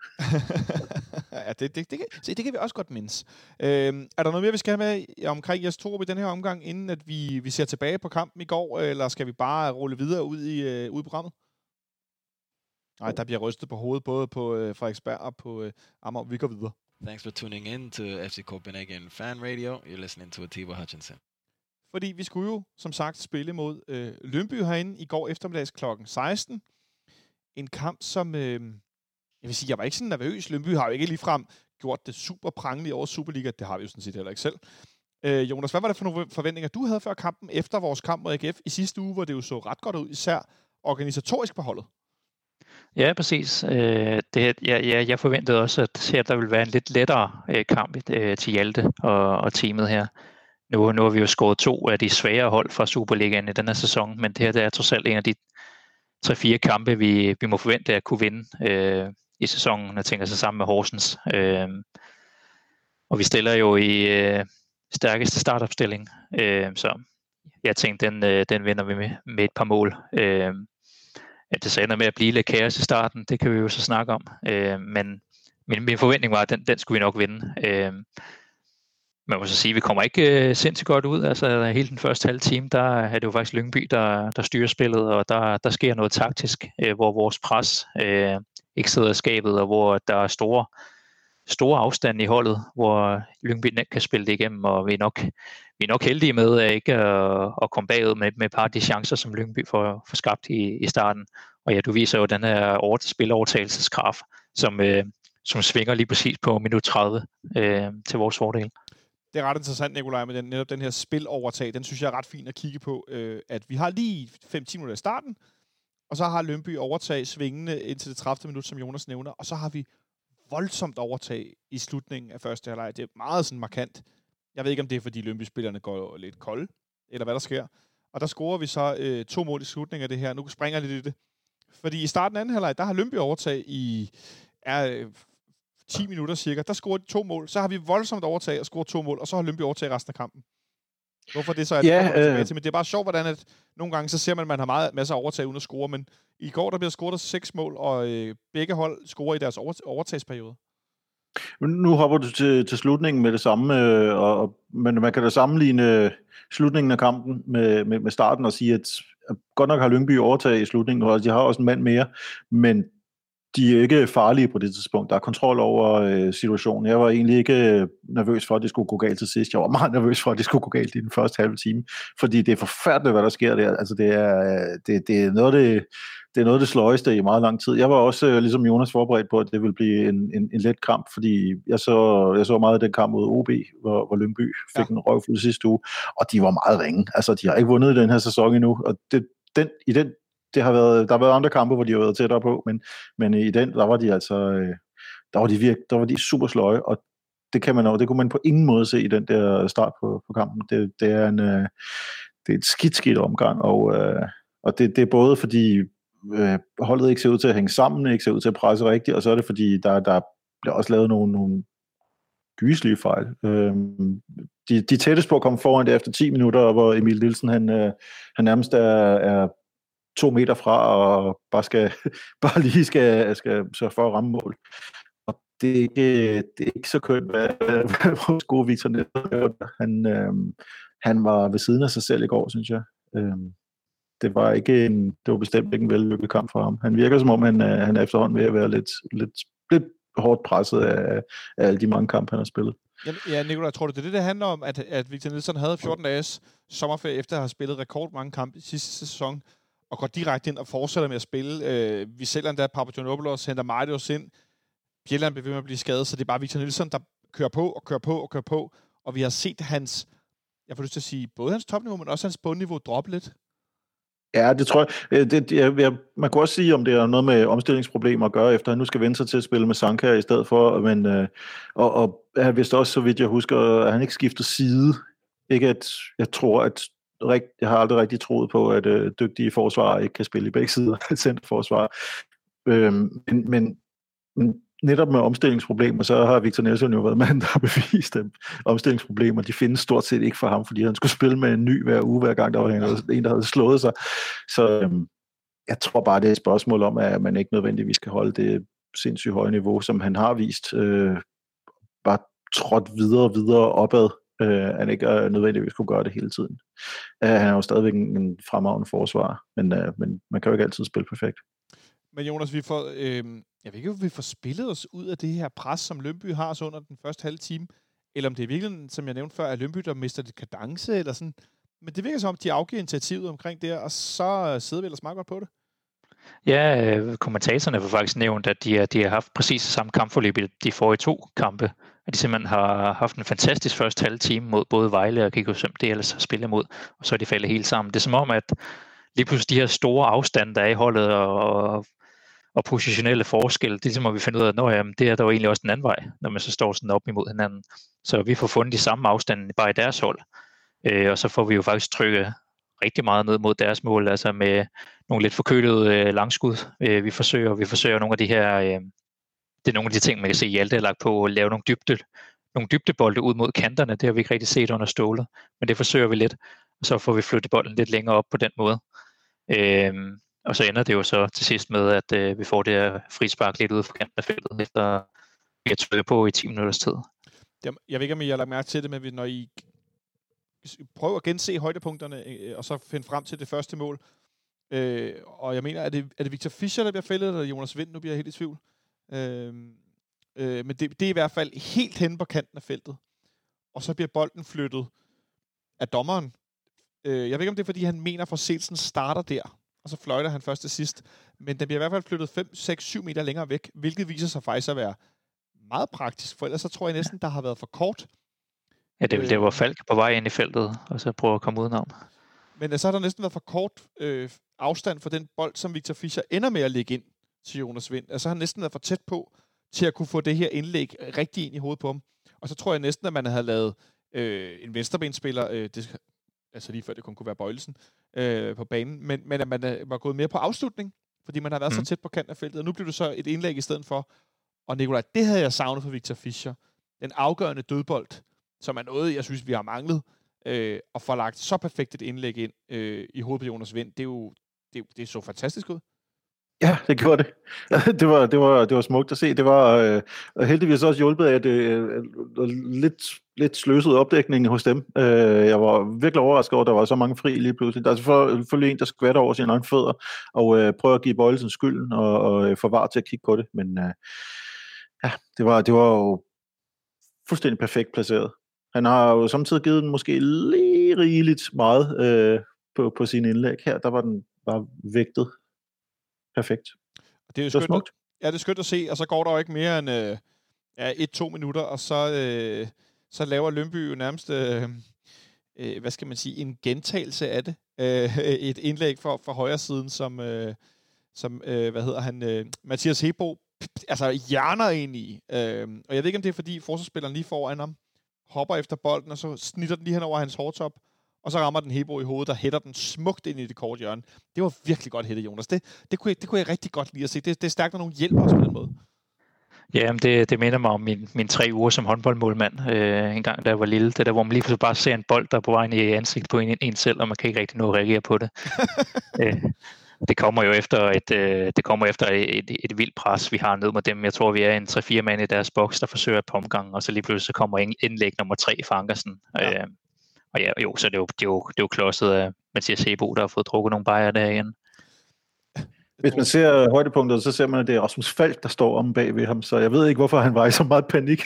Ja, det, det, det, kan, se, det kan vi også godt mindes. Øhm, er der noget mere, vi skal have med omkring Jes Torup i den her omgang, inden at vi, vi ser tilbage på kampen i går, eller skal vi bare rulle videre ud i, uh, ud i programmet? Nej, der bliver rystet på hovedet, både på uh, Frederiksberg og på uh, Amager. Vi går videre. Thanks for tuning in to F C Copenhagen Fan Radio. You're listening to Atiba Hutchinson. Fordi vi skulle jo, som sagt, spille mod øh, Lyngby herinde i går eftermiddags klokken seksten. En kamp, som... Øh, jeg vil sige, jeg var ikke sådan nervøs. Lyngby har jo ikke ligefrem gjort det super prangende i årets Superliga. Det har vi jo sådan set heller ikke selv. Øh, Jonas, hvad var det for nogle forventninger, du havde før kampen, efter vores kamp mod A G F i sidste uge, hvor det jo så ret godt ud, især organisatorisk på holdet? Ja, præcis. Øh, det, ja, ja, jeg forventede også, at her, der ville være en lidt lettere øh, kamp øh, til Hjalte og, og teamet her. Nu, nu har vi jo scoret to af de svære hold fra Superligaen i denne sæson, men det her det er trods alt en af de tre-fire kampe, vi, vi må forvente at kunne vinde øh, i sæsonen. Jeg tænker sig sammen med Horsens. Øh, og vi stiller jo i øh, stærkeste startopstilling, øh, så jeg tænkte, den, øh, den vinder vi med, med et par mål. Øh, at det så ender med at blive lidt kaos i starten, det kan vi jo så snakke om. Øh, men min, min forventning var, at den, den skulle vi nok vinde. Øh, man må så sige, at vi kommer ikke øh, sindssygt godt ud. Altså hele den første halve time, der er det jo faktisk Lyngby, der, der styrer spillet, og der, der sker noget taktisk, øh, hvor vores pres øh, ikke sidder i skabet, og hvor der er store, store afstande i holdet, hvor Lyngby nemt kan spille det igennem, og vi er nok, vi er nok heldige med at ikke at, at komme bagud med, med et par af de chancer, som Lyngby får, får skabt i, i starten. Og ja, du viser jo den her over, spilovertagelseskraft, som, øh, som svinger lige præcis på minut tredive øh, til vores fordel. Det er ret interessant, Nicolaj, med den, netop den her spilovertag. Den synes jeg er ret fint at kigge på, øh, at vi har lige fem til ti minutter i starten, og så har Lyngby overtag svingende indtil det tredivte minut, som Jonas nævner, og så har vi voldsomt overtag i slutningen af første halvleg. Det er meget sådan markant. Jeg ved ikke, om det er, fordi Lyngby-spillerne går lidt kolde, eller hvad der sker. Og der scorer vi så øh, to mål i slutningen af det her. Nu springer jeg lidt i det. Fordi i starten af anden halvleg, der har Lyngby overtag i er, øh, ti minutter cirka. Der scorer de to mål. Så har vi voldsomt overtag og scorer to mål, og så har Lyngby overtag resten af kampen. Hvorfor det så er det, ja, tilbage til. Men det er bare sjovt, hvordan at nogle gange så ser man, at man har meget, masser af overtag uden at score. Men i går, der bliver scoret der seks mål, og øh, begge hold scorer i deres overtagsperiode. Nu hopper du til, til slutningen med det samme, øh, og, men man kan da sammenligne slutningen af kampen med, med, med starten og sige, at, at godt nok har Lyngby overtaget i slutningen, og de har også en mand mere, men de er ikke farlige på det tidspunkt. Der er kontrol over øh, situationen. Jeg var egentlig ikke nervøs for, at det skulle gå galt til sidst. Jeg var meget nervøs for, at det skulle gå galt i den første halve time, fordi det er forfærdeligt, hvad der sker der. Altså, det er, det, det er noget det, det er noget det sløjeste i meget lang tid. Jeg var også, øh, ligesom Jonas, forberedt på, at det ville blive en, en, en let kamp, fordi jeg så, jeg så meget af den kamp mod O B, hvor, hvor Lyngby fik ja. en røvfuld sidste uge, og de var meget ringe. Altså, de har ikke vundet den her sæson endnu, og det, den, i den Det har været, der har været andre kampe, hvor de har været tættere på, men, men i den, der var de altså, der var de virke, der var de super sløje, og det kan man det kunne man på ingen måde se i den der start på, på kampen. Det, det er en, det er et skidt, skidt omgang, og, og det, det er både fordi holdet ikke ser ud til at hænge sammen, ikke ser ud til at presse rigtigt, og så er det fordi, der, der bliver også lavet nogle, nogle gyselige fejl. De, de tætteste på at komme foran det efter ti minutter, hvor Emil Nielsen, han, han nærmest er, er to meter fra, og bare, skal, bare lige skal, skal sørge for at ramme mål. Og det er ikke, det er ikke så kønt, hvad, hvad vores gode Victor Nielsen, han, øhm, han var ved siden af sig selv i går, synes jeg. Øhm, det var ikke en, det var bestemt ikke en vellykket kamp for ham. Han virker som om, han, han er efterhånden ved at være lidt, lidt, lidt hårdt presset af, af alle de mange kampe, han har spillet. Ja, Nicolaj, tror du, det er det, det handler om, at, at Victor Nielsen havde fjorten dages sommerferie, efter at have spillet rekord mange kampe i sidste sæson, og går direkte ind og fortsætter med at spille. Øh, vi sælger endda Papagiannopoulos, henter Marius ind. Bjelland bliver ved med at blive skadet, så det er bare Victor Nilsson, der kører på og kører på og kører på, og vi har set hans, jeg får lyst til at sige, både hans topniveau, men også hans bundniveau droppe lidt. Ja, det tror jeg. Det, jeg, jeg. Man kan også sige, om det er noget med omstillingsproblemer at gøre, efter han nu skal vende sig til at spille med Sanka i stedet for, men, øh, og, og han vidste også, så vidt jeg husker, at han ikke skifter side. Ikke at, jeg tror, at rigt, jeg har aldrig rigtig troet på, at øh, dygtige forsvarer ikke kan spille i begge sider af centerforsvar. Øh, men, men, men netop med omstillingsproblemer, så har Victor Nilsson jo været mand, der har bevist dem. Omstillingsproblemer, de findes stort set ikke for ham, fordi han skulle spille med en ny hver uge, hver gang der var en, der havde slået sig. Så øhm, jeg tror bare, det er et spørgsmål om, at man ikke nødvendigvis kan holde det sindssygt høje niveau, som han har vist. Øh, bare trådt videre og videre opad. Øh, han ikke øh, nødvendigvis kunne gøre det hele tiden. Øh, han er jo stadigvæk en, en fremragende forsvarer, men, øh, men man kan jo ikke altid spille perfekt. Men Jonas, vi får, øh, jeg ved ikke, om vi får spillet os ud af det her pres, som Lyngby har så under den første halve time, eller om det er virkelig, som jeg nævnte før, at Lyngby, der mister det kadence, eller sådan. Men det virker som om, de afgiver initiativet omkring det her, og så sidder vi ellers meget godt på det. Ja, kommentatorerne har faktisk nævnt, at de, de har haft præcis samme kampforløb i de forrige to kampe. At de simpelthen har haft en fantastisk første halve time mod både Vejle og G K Søm, det ellers har spillet mod, og så er de faldet helt sammen. Det er som om, at lige pludselig de her store afstande, der er i holdet, og, og positionelle forskelle, det er ligesom, at vi finder ud af, at nå, jamen, det er der jo egentlig også den anden vej, når man så står sådan op imod hinanden. Så vi får fundet de samme afstande bare i deres hold. Øh, og så får vi jo faktisk trykket rigtig meget ned mod deres mål, altså med nogle lidt forkølede øh, langskud. Øh, vi forsøger, vi forsøger nogle af de her, øh, det er nogle af de ting, man kan se, Hjalte har lagt på, at lave nogle dybde, nogle dybdebolde ud mod kanterne. Det har vi ikke rigtig set under Ståle, men det forsøger vi lidt. Og så får vi flyttet bolden lidt længere op på den måde. Øh, og så ender det jo så til sidst med, at øh, vi får det her frispark lidt ude for kanten af feltet, efter vi har trykket på i ti minutters tid. Jeg ved ikke, om I har lagt mærke til det, men når I prøver at gense højdepunkterne, og så finde frem til det første mål. Øh, og jeg mener, er det, er det Victor Fischer, der bliver fældet, eller Jonas Vind? Nu bliver jeg helt i tvivl. Øh, øh, men det, det er i hvert fald helt henne på kanten af feltet. Og så bliver bolden flyttet af dommeren. Øh, jeg ved ikke, om det er, fordi han mener, at forseelsen starter der, og så fløjter han først til sidst. Men den bliver i hvert fald flyttet fem, seks, syv meter længere væk, hvilket viser sig faktisk at være meget praktisk, for ellers så tror jeg næsten, der har været for kort. Ja, det, det var Falk på vej ind i feltet, og så prøver at komme udenom. Men så har der næsten været for kort øh, afstand for den bold, som Victor Fischer ender med at lægge ind til Jonas Vind. Altså har han næsten været for tæt på, til at kunne få det her indlæg rigtig ind i hovedet på ham. Og så tror jeg næsten, at man havde lavet øh, en venstrebenspiller, øh, det, altså lige før det kun kunne være Bøjlesen, øh, på banen, men, men at man øh, var gået mere på afslutning, fordi man har været mm. så tæt på kanten af feltet. Og nu blev det så et indlæg i stedet for. Og Nikolaj, det havde jeg savnet for Victor Fischer. Den afgørende dødbold, som er noget, jeg synes, vi har manglet, øh, og få lagt så perfekt et indlæg ind øh, i hovedet på Jonas Vind. Det er jo det, det så fantastisk ud. Ja, det gjorde det. Det var, det var, det var smukt at se. Det var øh, heldigvis også hjulpet af, at det øh, lidt, lidt sløset opdækning hos dem. Øh, jeg var virkelig overrasket over, at der var så mange fri lige pludselig. Der er selvfølgelig en, der skvatter over sine egne fødder, og øh, prøver at give Bøjlesen skylden, og, og få V A R til at kigge på det. Men øh, ja, det var, det var jo fuldstændig perfekt placeret. Han har jo samtidig givet den måske lige rigeligt meget øh, på, på sine indlæg. Her, der var den bare vægtet perfekt. Det er jo skønt, smukt. Ja, det er skønt at se, og så går der jo ikke mere end øh, ja, et-to minutter, og så, øh, så laver Lyngby jo nærmest, øh, øh, hvad skal man sige, en gentagelse af det. Øh, et indlæg fra, fra højre siden, som, øh, som øh, hvad hedder han, øh, Mathias Hebo, altså hjerner ind i. Øh, og jeg ved ikke, om det er, fordi forsvarsspilleren lige foran ham hopper efter bolden, og så snitter den lige hen over hans hårtop, og så rammer den Hebo i hovedet, og hætter den smukt ind i det korte hjørne. Det var virkelig godt hættet, Jonas. Det, det, kunne jeg, det kunne jeg rigtig godt lide at se. Det, det er stærkt, når nogen hjælper os på den måde. Ja, det, det minder mig om min, mine tre uger som håndboldmålmand. Øh, en gang, da jeg var lille. Det der, hvor man lige pludselig bare ser en bold, der er på vejen i ansigt på en, en selv, og man kan ikke rigtig nå at reagere på det. øh, det kommer jo efter et, øh, det kommer efter et, et, et vildt pres, vi har ned med dem. Jeg tror, vi er en tre-fire mand i deres boks, der forsøger på omgang, og så lige pludselig kommer indlæg nummer tre for Ankersen. Ja. Øh, Og ja, jo, så det er jo, det er jo, det er jo klodset af Mathias Hebo, der har fået drukket nogle bajer der igen. Hvis man ser højdepunktet, så ser man, at det er Rasmus Falk, der står om bag ved ham, så jeg ved ikke, hvorfor han var i så meget panik.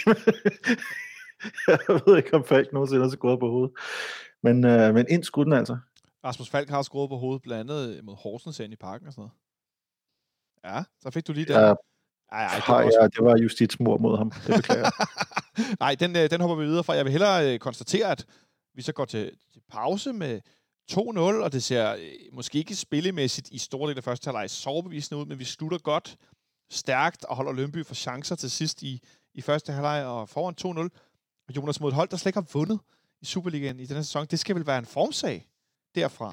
Jeg ved ikke, om Falk nogensinde har skruet på hovedet. Men, øh, men ind skudden altså. Rasmus Falk har skruet på hovedet, blandt andet mod Horsens i Parken og sådan noget. Ja, så fik du lige der. Ja, Ej, ej, det, Ej, også... ja, det var justitsmord mod ham. Det beklager. Nej, den, den hopper vi videre fra. Jeg vil hellere konstatere, at vi så går til, til pause med to nul, og det ser øh, måske ikke spillemæssigt i store del af første halvleg så overbevisende ud, men vi slutter godt, stærkt og holder Lyngby for chancer til sidst i, i første halvleg og foran to nul. Og Jonas, mod et hold, der slet ikke har vundet i Superligaen i denne sæson, det skal vel være en formsag derfra?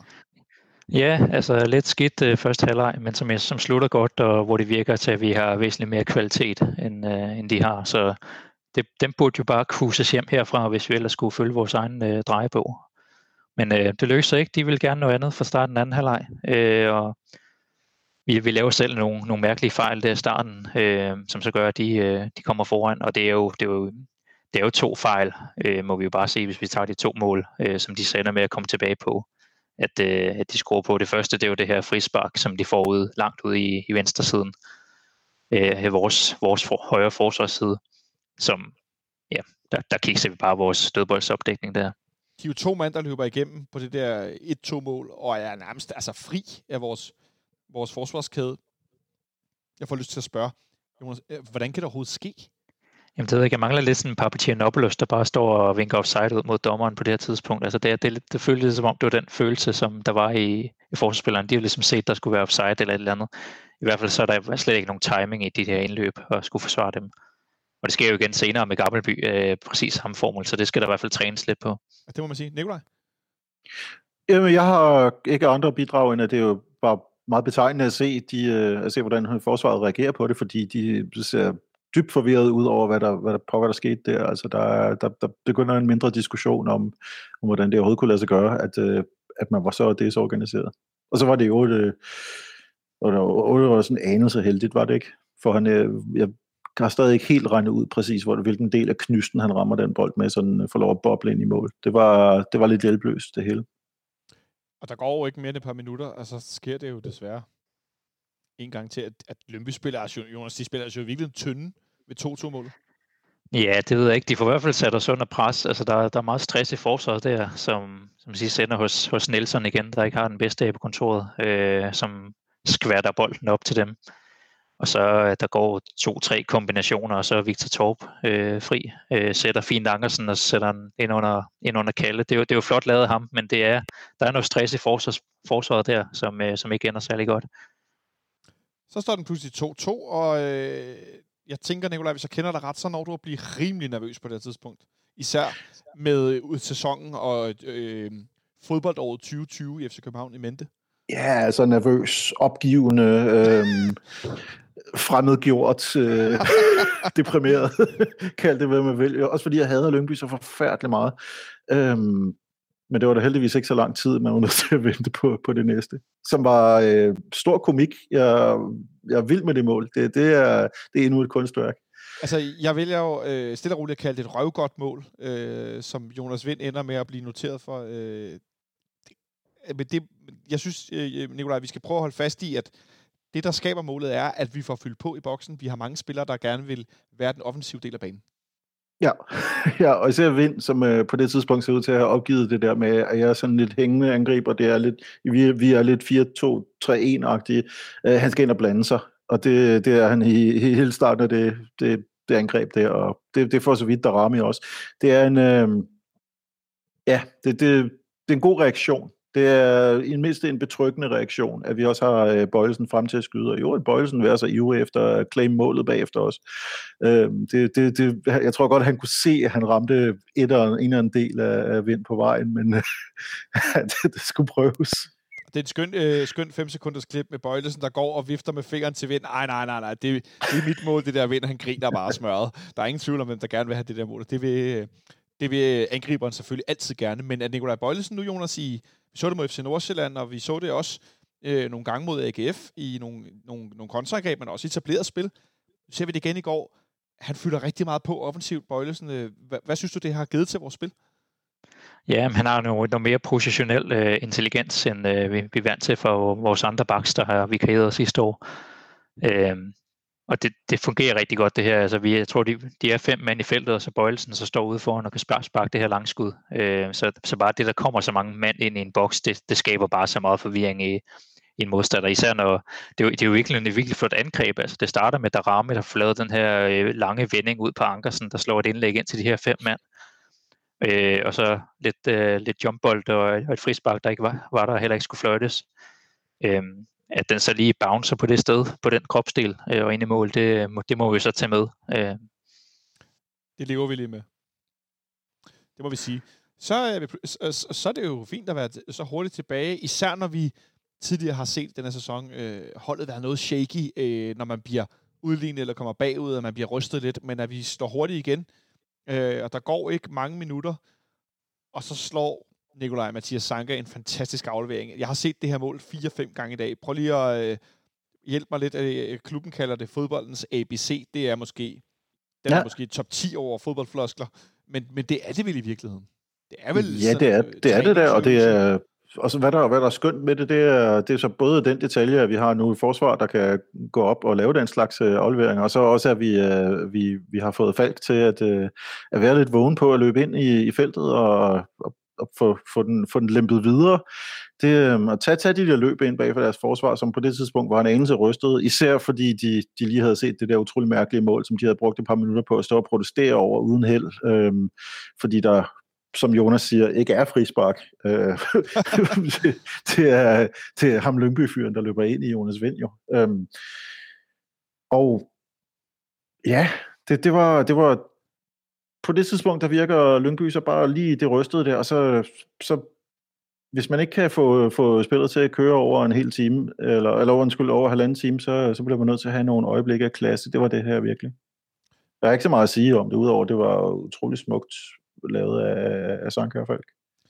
Ja, altså lidt skidt øh, første halvleg, men som, som slutter godt, og hvor det virker til, at vi har væsentligt mere kvalitet, end, øh, end de har. Så det, dem burde jo bare kuses hjem herfra, hvis vi ellers skulle følge vores egen øh, drejebog. Men øh, det lykkedes ikke. De ville gerne noget andet fra starten af anden halvleg. Øh, og vi, vi laver selv nogle, nogle mærkelige fejl der i starten, øh, som så gør, at de, øh, de kommer foran. Og det er jo, det er jo, det er jo to fejl, øh, må vi jo bare se, hvis vi tager de to mål, øh, som de sender med at komme tilbage på. At, øh, at de scorer på. Det første, det er jo det her frispark, som de får ud, langt ud i, i venstre siden. Øh, vores vores for, højre forsvarsside, som, ja, der, der kigger vi bare vores dødboldsopdækning der. De er jo to mand, der løber igennem på det der et to mål, og er nærmest altså fri af vores, vores forsvarskæde. Jeg får lyst til at spørge, Jonas, hvordan kan det overhovedet ske? Jamen det ved jeg ikke, jeg mangler lidt sådan en Papagiannopoulos, der bare står og vinker offside ud mod dommeren på det her tidspunkt. Altså det, det, det føltes som om, det var den følelse, som der var i, i forsvarsspilleren. De har ligesom set, der skulle være offside eller et eller andet. I hvert fald så er der slet ikke nogen timing i de her indløb og skulle forsvare dem. Og det sker jo igen senere med Gammelby, øh, præcis samme formel, så det skal der i hvert fald trænes lidt på. Det må man sige. Nikolaj? Jamen, jeg har ikke andre bidrag, end at det er jo bare meget betegnende at se, de, øh, at se hvordan forsvaret reagerer på det, fordi de ser dybt forvirret ud over, hvad der, hvad der pokker der skete der. Altså, der, der, der begynder en mindre diskussion om, om hvordan det overhovedet kunne lade sig gøre, at, øh, at man var så desorganiseret. Og så var det jo det, og der var, var sådan en anelse heldigt, var det ikke? For han, øh, jeg har stadig ikke helt regnet ud præcis, hvor, hvilken del af knysten han rammer den bold med, så den får lov at boble ind i mål. Det var, det var lidt hjælpeløst, det hele. Og der går jo ikke mere end et par minutter, og så sker det jo desværre en gang til, at, at Lyngby spiller, Jonas, de spiller altså jo virkelig en tynde ved to to mål. Ja, det ved jeg ikke. De får i hvert fald sat os under pres. Altså, der, der er meget stress i forsvaret der, som, som siger, sender hos, hos Nielsen igen, der ikke har den bedste af på kontoret, øh, som skvatter bolden op til dem. Og så der går to-tre kombinationer, og så er Victor Torp øh, fri, øh, sætter fint Ankersen og sætter den ind under, ind under Kalle. Det er, jo, det er jo flot lavet af ham, men det er, der er noget stress i forsvars, forsvaret der, som, øh, som ikke ender særlig godt. Så står den pludselig to to, og øh, jeg tænker, Nikolaj, hvis jeg kender dig ret, så når du at blive rimelig nervøs på det tidspunkt. Især med ud sæsonen og øh, fodboldåret tyve tyve i F C København i mente. Ja, altså nervøs, opgivende, øh, fremmedgjort, øh, deprimeret, kald det hvad man vil. Også fordi jeg hader Lyngby så forfærdeligt meget. Øh, men det var da heldigvis ikke så lang tid, man var nødt til at vente på, på det næste. Som var øh, stor komik. Jeg, jeg er vild med det mål. Det, det, er, det er endnu et kunstværk. Altså, jeg vælger jo øh, stille og roligt at kalde det et røvgodt mål, øh, som Jonas Vind ender med at blive noteret for. Øh, det, men det, jeg synes, øh, Nikolaj, vi skal prøve at holde fast i, at det, der skaber målet, er, at vi får fyldt på i boksen. Vi har mange spillere, der gerne vil være den offensive del af banen. Ja, ja, og især Vind, som øh, på det tidspunkt ser ud til at have opgivet det der med, at jeg er sådan lidt hængende angriber. Det er lidt, vi, vi er lidt fire to tre en-agtige. Uh, han skal ind og blande sig, og det, det er han i, i hele starten af det, det, det angreb der, og det, det får så vidt der rammer også. Det er en, øh, ja, det, det, det er en god reaktion. Det er i mindst en betryggende reaktion, at vi også har øh, Bøjelsen frem til at skyde. Og jo, at Bøjelsen vil så ivrig efter at claim målet bagefter os. Øh, det, det, det, jeg tror godt, at han kunne se, at han ramte et eller en eller anden del af, af Vind på vejen, men øh, det, det skulle prøves. Det er et skønt, øh, skønt fem sekunders klip med Bøjelsen, der går og vifter med fingeren til Vind. Nej, nej, nej, nej, det, det er mit mål, det der Vind. Han griner bare smørret. Der er ingen tvivl om, hvem der gerne vil have det der mål. Det vil, det vil angriberen selvfølgelig altid gerne. Men at Nikolaj Bøjelsen nu, Jonas, i vi så det mod F C Nordsjælland, og vi så det også øh, nogle gange mod A G F i nogle, nogle, nogle kontraangreb, men også etableret spil. Nu ser vi det igen i går. Han fylder rigtig meget på offensivt, Bøjelsen. Hvad, hvad synes du, det har givet til vores spil? Ja, han har noget, noget mere positionel øh, intelligens, end øh, vi, vi er vant til for vores andre backs, der har vikarieret sidste år. Øh, og det, det fungerer rigtig godt, det her. Altså, vi, jeg tror, de, de er fem mand i feltet, og så Bøjelsen, så står ude foran og kan sparke det her langskud. Øh, så, så bare det, der kommer så mange mand ind i en boks, det, det skaber bare så meget forvirring i, i en modstander. Især når det er jo, det er jo virkelig en virkelig flot angreb. Altså, det starter med Darami, der får lavet den her øh, lange vending ud på Ankersen, der slår et indlæg ind til de her fem mand. Øh, og så lidt, øh, lidt jumpbold og, og et frispark, der ikke var, var der heller ikke skulle fløjtes. Øh, at den så lige bouncer på det sted, på den kropsdel øh, og ind i mål, det, det må vi så tage med. Øh. Det lever vi lige med. Det må vi sige. Så er, vi, så, så er det jo fint at være så hurtigt tilbage, især når vi tidligere har set den her sæson øh, holdet være noget shaky, øh, når man bliver udlignet eller kommer bagud, og man bliver rystet lidt, men at vi står hurtigt igen, øh, og der går ikke mange minutter, og så slår Nikolaj Mathias Sanka en fantastisk aflevering. Jeg har set det her mål fire fem gange i dag. Prøv lige at øh, hjælpe mig lidt. Øh, klubben kalder det fodboldens A B C. Det er måske, den ja. er måske top ti over fodboldfloskler, men, men det er det vel i virkeligheden. Det er vel ja, det er det, er det der, og det er og så hvad der, hvad der er skønt med det, det er, det er så både den detalje, at vi har nu i forsvar, der kan gå op og lave den slags øh, afleveringer, og så også, at vi, øh, vi, vi har fået Falk til at, øh, at være lidt vågen på at løbe ind i, i feltet og, og, og få, få, den, få den lempet videre. Det, øh, at tage, tage de der løb ind bag for deres forsvar, som på det tidspunkt var en anelse rystet, især fordi de, de lige havde set det der utrolig mærkelige mål, som de havde brugt et par minutter på at stå og protestere over uden held, øh, fordi der, som Jonas siger, ikke er frispark. Øh, det, er, det er ham Lyngby-fyren, der løber ind i Jonas Vind jo. Øhm, og ja, det, det, var, det var på det tidspunkt, der virker Lyngby så bare lige det rystede der, og så, så hvis man ikke kan få, få spillet til at køre over en hel time, eller, eller over en skyld over halvanden time, så, så bliver man nødt til at have nogle øjeblikke af klasse. Det var det her virkelig. Der er ikke så meget at sige om det, udover det var utrolig smukt lavet af, af Sanka og Falk.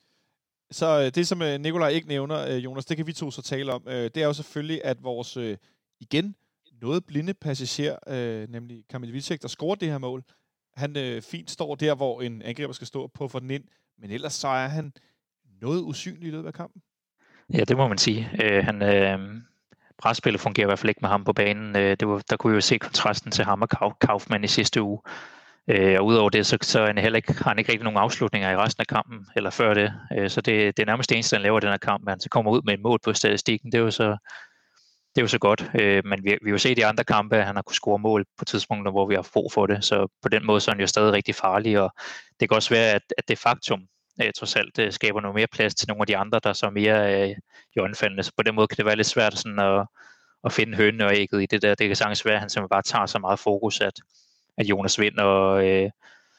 Så det, som Nikolaj ikke nævner, Jonas, det kan vi to så tale om, det er jo selvfølgelig, at vores, igen, noget blinde passager, nemlig Kamil Vilcek, der scorer det her mål, han fint står der, hvor en angriber skal stå på for den ind, men ellers så er han noget usynlig i løbet af kampen. Ja, det må man sige. Øh, han, øh, presspillet fungerer i hvert fald ikke med ham på banen. Øh, det var, der kunne jo se kontrasten til ham og Kaufmann i sidste uge. Øh, og udover det, så, så han heller ikke, har han ikke rigtig nogen afslutninger i resten af kampen, eller før det. Øh, så det, det er nærmest det eneste, han laver i den her kamp, men han så kommer ud med et mål på statistikken. Det er jo så, det er jo så godt. Øh, men vi, vi har jo set i andre kampe, at han har kunnet score mål på tidspunkter, hvor vi har brug for det. Så på den måde så er han jo stadig rigtig farlig, og det kan også være, at, at det faktum, øh, trods alt, det skaber noget mere plads til nogle af de andre, der så er mere øh, iøjnefaldende. Så på den måde kan det være lidt svært sådan at, at finde hønen og ægget i det der. Det kan sagtens være, at han simpelthen bare tager så meget fokus, at at Jonas Vind og, øh,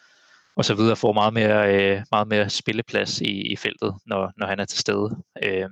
og så videre får meget mere, øh, meget mere spilleplads i, i feltet, når, når han er til stede. Øh,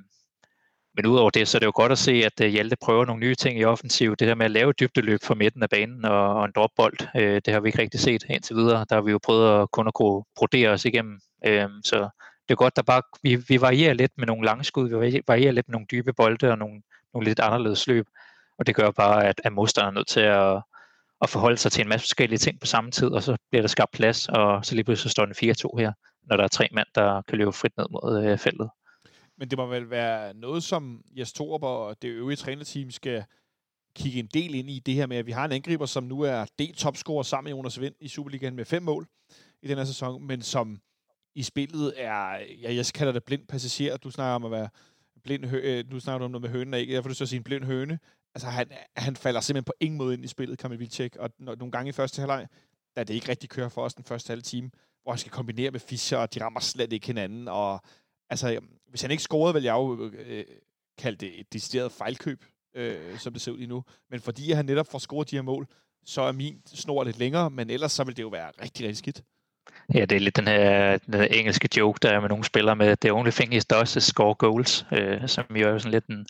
men udover det, så er det jo godt at se, at uh, Hjalte prøver nogle nye ting i offensiv. Det her med at lave dybdeløb fra midten af banen og, og en dropbold, øh, det har vi ikke rigtig set indtil videre. Der har vi jo prøvet at kun at kunne brodere os igennem. Øh, så det er godt, at bare, vi, vi varierer lidt med nogle lange skud, vi varierer lidt med nogle dybe bolde og nogle, nogle lidt anderledes løb. Og det gør bare, at, at modstanderen er nødt til at og forholde sig til en masse forskellige ting på samme tid, og så bliver der skabt plads, og så lige pludselig står den fire to her, når der er tre mand, der kan løbe frit ned mod øh, feltet. Men det må vel være noget, som Jes Torup og det øvrige trænerteam skal kigge en del ind i, det her med, at vi har en angriber, som nu er delt topscorer sammen med Jonas Vind i Superligaen med fem mål i den her sæson, men som i spillet er, ja, jeg kalder det blind passager, du snakker om at være blind hø- du snakker om noget med hønen, ikke? Jeg får lyst til at sige en blind høne. Altså, han, han falder simpelthen på ingen måde ind i spillet, Kamil Vilcek, og nogle gange i første halvleg, da det ikke rigtig kører for os den første halve time, hvor han skal kombinere med Fischer, og de rammer slet ikke hinanden, og altså, hvis han ikke scorede, vil jeg jo øh, kalde det et decideret fejlkøb, øh, som det ser ud lige nu, men fordi han netop får scoret de her mål, så er min snor lidt længere, men ellers så vil det jo være rigtig, rigtig skidt. Ja, det er lidt den her, den her engelske joke, der er med nogle spillere med, the only thing he does is score goals, øh, som jo er sådan lidt en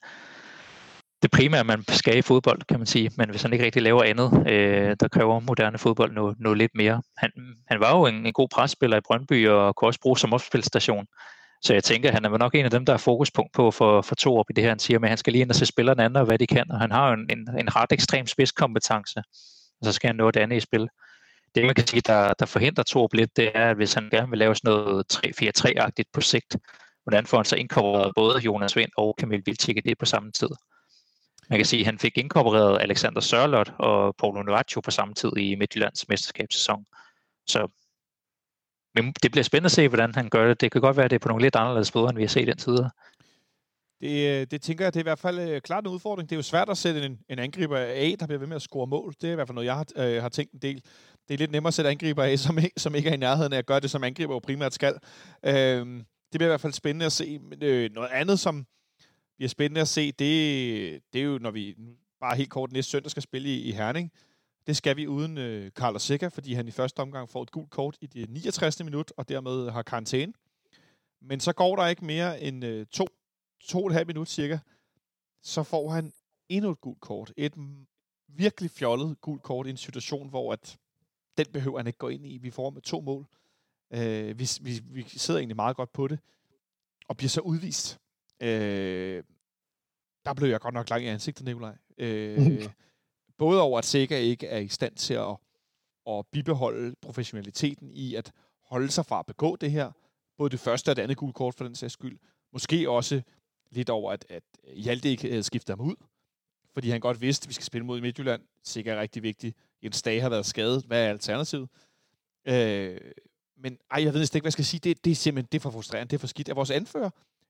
det primære, man skal i fodbold, kan man sige, men hvis han ikke rigtig laver andet, øh, der kræver moderne fodbold noget, noget lidt mere. Han, han var jo en, en god presspiller i Brøndby, og kunne også bruge som opspilstation, så jeg tænker, han er nok en af dem, der er fokuspunkt på for, for to op i det her, han siger, men han skal lige ind og se spillerne andre, hvad de kan, og han har jo en, en, en ret ekstrem spidskompetence, og så skal han nå det andet i spil. Det, man kan sige, der, der forhindrer Torup lidt, det er, at hvis han gerne vil lave sådan noget tre fire tre-agtigt på sigt, hvordan får han så inkorporeret både Jonas Vind og Kamil Vilcek i det på samme tid? Man kan sige, at han fik inkorporeret Alexander Sørloth og Paulo Nuaccio på samme tid i Midtjyllands mesterskabssæson. Så men det bliver spændende at se, hvordan han gør det. Det kan godt være, at det er på nogle lidt anderledes måder, end vi har set indtil videre. Det, det tænker jeg, det er i hvert fald øh, klart en udfordring. Det er jo svært at sætte en, en angriber af, der bliver ved med at score mål. Det er i hvert fald noget, jeg har, øh, har tænkt en del. Det er lidt nemmere at sætte angriber af, som ikke, som ikke er i nærheden af at gøre det, som angriber jo primært skal. Øh, det bliver i hvert fald spændende at se. Men, øh, noget andet, som bliver spændende at se, det, det er jo, når vi bare helt kort næste søndag skal spille i, i Herning. Det skal vi uden øh, Carlos Seca, fordi han i første omgang får et gult kort i det niogtressende minut, og dermed har karantæne. Men så går der ikke mere end øh, to, to og et halvt minut cirka, så får han endnu et gult kort. Et virkelig fjollet gult kort i en situation, hvor at den behøver han ikke gå ind i. Vi får med to mål. Øh, vi, vi, vi sidder egentlig meget godt på det, og bliver så udvist. Øh, der blev jeg godt nok lang i ansigtet, Nikolaj. Øh, både over, at Seca ikke er i stand til at, at bibeholde professionaliteten i at holde sig fra at begå det her. Både det første og det andet gule kort for den sags skyld. Måske også lidt over, at, at Hjalte ikke havde skiftet ham ud, fordi han godt vidste, at vi skal spille mod Midtjylland. Seca er rigtig vigtig. Jens Dage har været skadet. Hvad er alternativet? Øh, men ej, jeg ved ikke, hvad jeg skal sige. Det, det er simpelthen det er for frustrerende. Det er for skidt. Er vores anfører?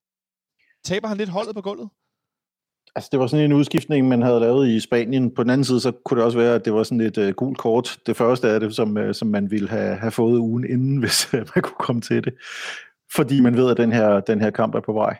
Taber han lidt holdet på gulvet? Altså, det var sådan en udskiftning, man havde lavet i Spanien. På den anden side, så kunne det også være, at det var sådan et uh, gult kort. Det første af det, som, uh, som man ville have, have fået ugen inden, hvis uh, man kunne komme til det. Fordi man ved, at den her, den her kamp er på vej.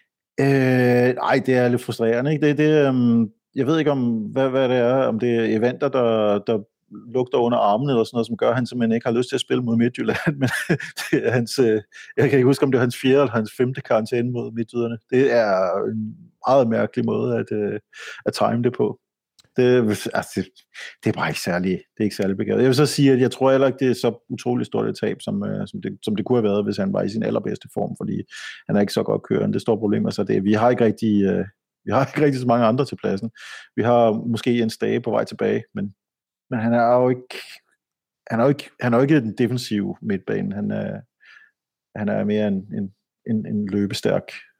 Øh, ej, det er lidt frustrerende, ikke? Det, det, um, jeg ved ikke, om hvad, hvad det er, om det er eventer, der, der lugter under armen, eller sådan noget, som gør, at han simpelthen ikke har lyst til at spille mod Midtjylland. Men det er hans, uh, jeg kan ikke huske, om det er hans fjerde eller hans femte karantæne mod Midtjyderne. Det er en meget mærkelig måde at, uh, at time det på. Det, altså, det, det er bare ikke særlig, det er ikke særlig begavet. Jeg vil så sige, at jeg tror heller ikke, det er så utroligt stort et tab, som, uh, som, det, som det kunne have været, hvis han var i sin allerbedste form, fordi han er ikke så godt kørende. Det store problem er så det. Vi har ikke rigtig, uh, vi har ikke rigtig så mange andre til pladsen. Vi har måske en Stage på vej tilbage, men, men han er jo ikke, han er jo ikke, han er jo ikke den defensive midtbane. Han er, han er mere en, en, en, en løbestærk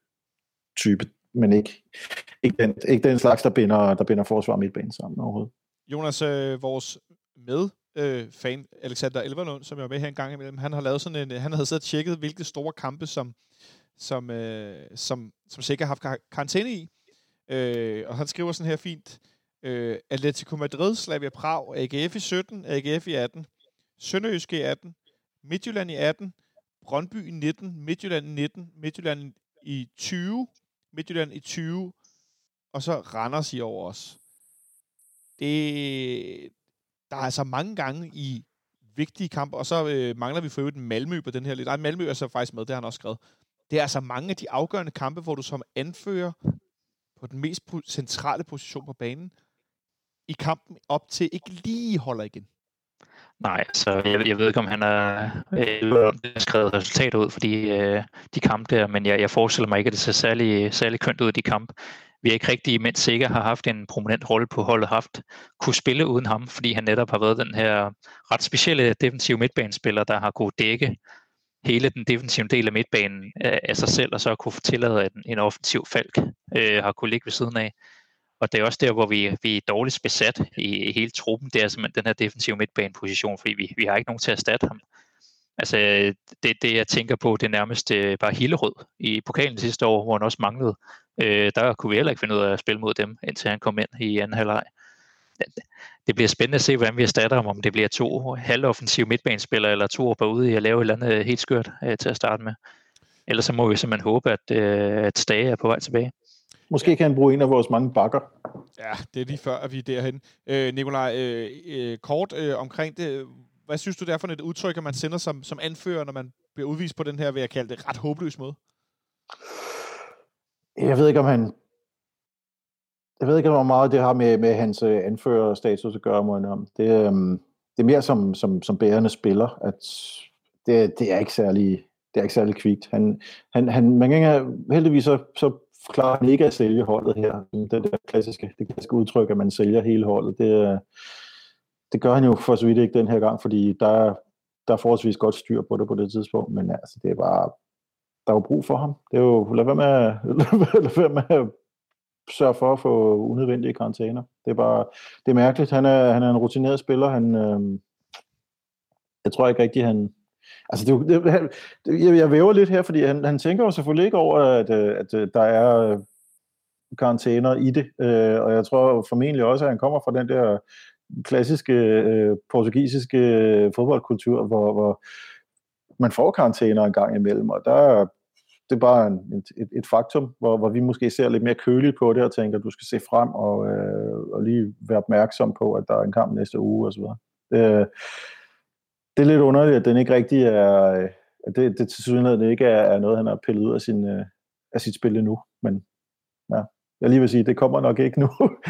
type, men ikke, ikke, den, ikke den slags, der binder, der binder forsvar og midtbanen sammen overhovedet. Jonas, øh, vores med øh, fan, Alexander Elverlund, som jeg var med her en gang imellem, han har lavet sådan en, han havde siddet og tjekket, hvilke store kampe, som, som, øh, som, som Seca har haft karantæne i. Øh, og han skriver sådan her fint, øh, Atletico Madrid, Slavia Prag, A G F i sytten, A G F i atten, Sønderjyske i atten, Midtjylland i atten, Brøndby i nitten, Midtjylland i nitten, Midtjylland i tyve, Midtjylland i tyve, og så Randers i over os. Det, der er altså mange gange i vigtige kampe, og så øh, mangler vi for øvrigt Malmø på den her lidt. Nej, Malmø er så faktisk med, det har han også skrevet. Det er altså mange af de afgørende kampe, hvor du som anfører på den mest centrale position på banen, i kampen op til ikke lige holder igen. Nej, så jeg, jeg ved ikke, om han har øh, skrevet resultater ud for de, øh, de kampe der, men jeg, jeg forestiller mig ikke, at det ser særlig, særlig kønt ud i de kampe. Vi har ikke rigtig, mens Seca har haft en prominent rolle på holdet, haft kunne spille uden ham, fordi han netop har været den her ret specielle defensive midtbanespiller, der har kunne dække hele den defensive del af midtbanen af sig selv, og så kunne tillade, at en, en offensiv Falk øh, har kunne ligge ved siden af. Og det er også der, hvor vi, vi er dårligt besat i, i hele truppen. Det er simpelthen den her defensive midtbaneposition, fordi vi, vi har ikke nogen til at erstatte ham. Altså, det, det jeg tænker på, det er nærmest øh, bare Hillerød i pokalen sidste år, hvor han også manglede. Øh, der kunne vi heller ikke finde ud af at spille mod dem, indtil han kom ind i anden halvleg. Det, det bliver spændende at se, hvordan vi erstatter ham, om det bliver to halvoffensive midtbanespillere, eller to år ude i at lave et eller andet helt skørt øh, til at starte med. Ellers så må vi simpelthen håbe, at, øh, at Stage er på vej tilbage. Måske kan han bruge en af vores mange bakker. Ja, det er lige før, at vi er derhen. Øh, Nikolaj, øh, øh, kort øh, omkring det. Hvad synes du, det er for et udtryk, at man sender som, som anfører, når man bliver udvist på den her, vil jeg kalde det, ret håbløs måde? Jeg ved ikke, om han... Jeg ved ikke, hvor meget det har med, med hans anførerstatus at gøre mod ham. Det, øhm, det er mere som, som, som bærende spiller, at det, det er ikke særlig, det er ikke særlig kvikt. Han, han, han, man kan ikke, heldigvis så, så klarer han ikke at sælge holdet her. Det der klassiske, det klassiske udtryk, at man sælger hele holdet, det, det gør han jo for så vidt ikke den her gang, fordi der, der er forholdsvis godt styr på det på det tidspunkt, men altså, det er bare, der er jo brug for ham. Det er jo, lad være med, lad være med at sørge for at få unødvendige karantæner. Det er bare, det er mærkeligt. Han er, han er en rutineret spiller. Han, øh, jeg tror ikke rigtig, han... Altså, det, det, jeg, jeg væver lidt her, fordi han, han tænker jo selvfølgelig ikke over, at, at der er karantæner i det, øh, og jeg tror formentlig også, at han kommer fra den der klassiske øh, portugisiske øh, fodboldkultur, hvor, hvor man får karantæner en gang imellem, og der det er bare en, et, et faktum, hvor, hvor vi måske ser lidt mere køligt på det, og tænker, at du skal se frem og, øh, og lige være opmærksom på, at der er en kamp næste uge, og så videre. Det, det er lidt underligt, at den ikke rigtig er, at det, det til synligheden ikke er, er noget, han har pillet ud af, sin, af sit spil endnu, men ja. Jeg lige vil sige, det kommer nok ikke nu.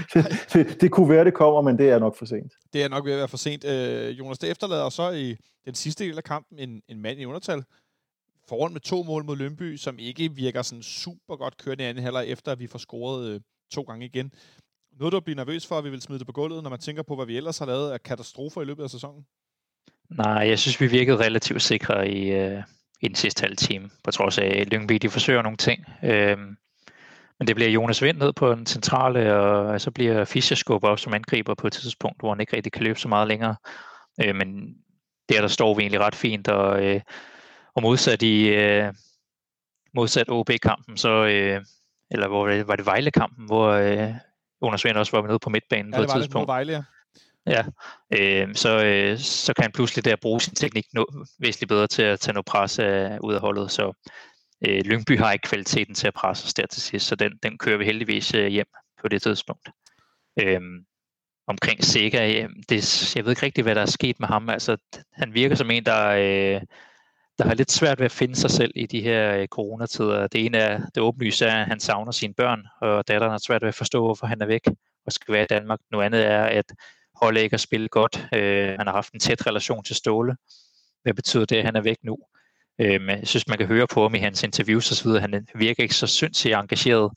det, det kunne være, det kommer, men det er nok for sent. Det er nok ved at være for sent. Øh, Jonas, det efterlader så i den sidste del af kampen en, en mand i undertal, foran med to mål mod Lyngby, som ikke virker sådan super godt kørende i anden halvleg, efter at vi får scoret øh, to gange igen. Noget, du bliver nervøs for, at vi vil smide det på gulvet, når man tænker på, hvad vi ellers har lavet af katastrofer i løbet af sæsonen? Nej, jeg synes, vi virkede relativt sikre i, øh, i den sidste halve time, på trods af, at Lyngby de forsøger nogle ting. Øh, men det bliver Jonas Vind ned på den centrale, og så bliver Fischer skubbet op som angriber på et tidspunkt, hvor han ikke rigtig kan løbe så meget længere. Øh, men der, der står vi egentlig ret fint, og øh, Og modsat i øh, modsat O B-kampen, så, øh, eller hvor var det Vejle-kampen, hvor øh, Jonas Vind også var nede på midtbanen ja, på et tidspunkt. tidspunkt. Vejle, ja. Ja, øh, så, øh, så kan han pludselig der bruge sin teknik nå, væsentligt bedre til at tage noget pres af, ud af holdet. Så øh, Lyngby har ikke kvaliteten til at presse os der til sidst, så den, den kører vi heldigvis øh, hjem på det tidspunkt. Øh, omkring Sega, øh, det, jeg ved ikke rigtig, hvad der er sket med ham. Altså, han virker som en, der... Øh, der har lidt svært ved at finde sig selv i de her øh, coronatider. Det ene er, det åbenlyse er, at han savner sine børn, og datteren har svært ved at forstå, hvorfor han er væk og skal være i Danmark. Noget andet er, at holdet ikke har spillet godt. Øh, han har haft en tæt relation til Ståle. Hvad betyder det, at han er væk nu? Øh, men jeg synes, man kan høre på ham i hans interviews og så videre. Han virker ikke så sindssygt engageret.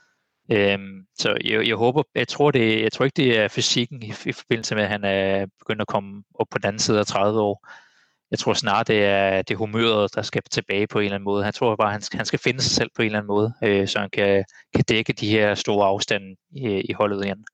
Øh, så jeg, jeg håber, jeg tror, det, jeg tror ikke, det er fysikken i, i forbindelse med, at han er begyndt at komme op på den anden side af tredive år. Jeg tror snart, det er det humøret, der skal tilbage på en eller anden måde. Jeg tror bare, at han skal, han skal finde sig selv på en eller anden måde, øh, så han kan, kan dække de her store afstande i, i holdet igen.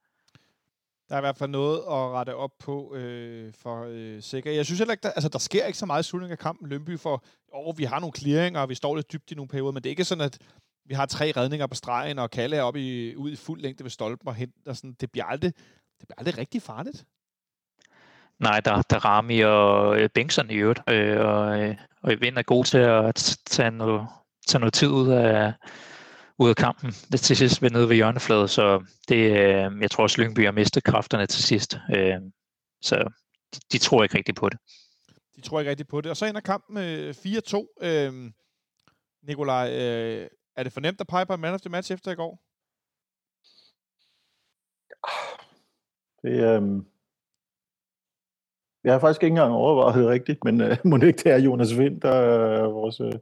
Der er i hvert fald noget at rette op på øh, for øh, Sikker. Jeg synes heller ikke, der, altså, der sker ikke så meget i slutningen af kampen. Lyngby for, oh, vi har nogle clearinger, og vi står lidt dybt i nogle perioder, men det er ikke sådan, at vi har tre redninger på stregen, og Kalle er oppe i, ud i fuld længde ved stolpen og henter. Sådan. Det bliver aldrig, det bliver aldrig rigtig farligt. Nej, der, der Rami og øh, Bengtsson i øvrigt, øh, og, øh, og Vind er god til at tage noget, tage noget tid ud af, ud af kampen. Det til sidst ved nede ved hjørnefladet, så det, øh, jeg tror også, Lyngby har mistet kræfterne til sidst. Øh, så de, de tror ikke rigtig på det. De tror ikke rigtig på det. Og så ender kampen øh, fire to. Øh, Nikolaj, øh, er det fornemt at pege på en man of the match efter i går? Det er... Øh... Jeg har faktisk ikke engang overvejet det rigtigt, men uh, må det ikke, det er Jonas Vind, der er vores uh,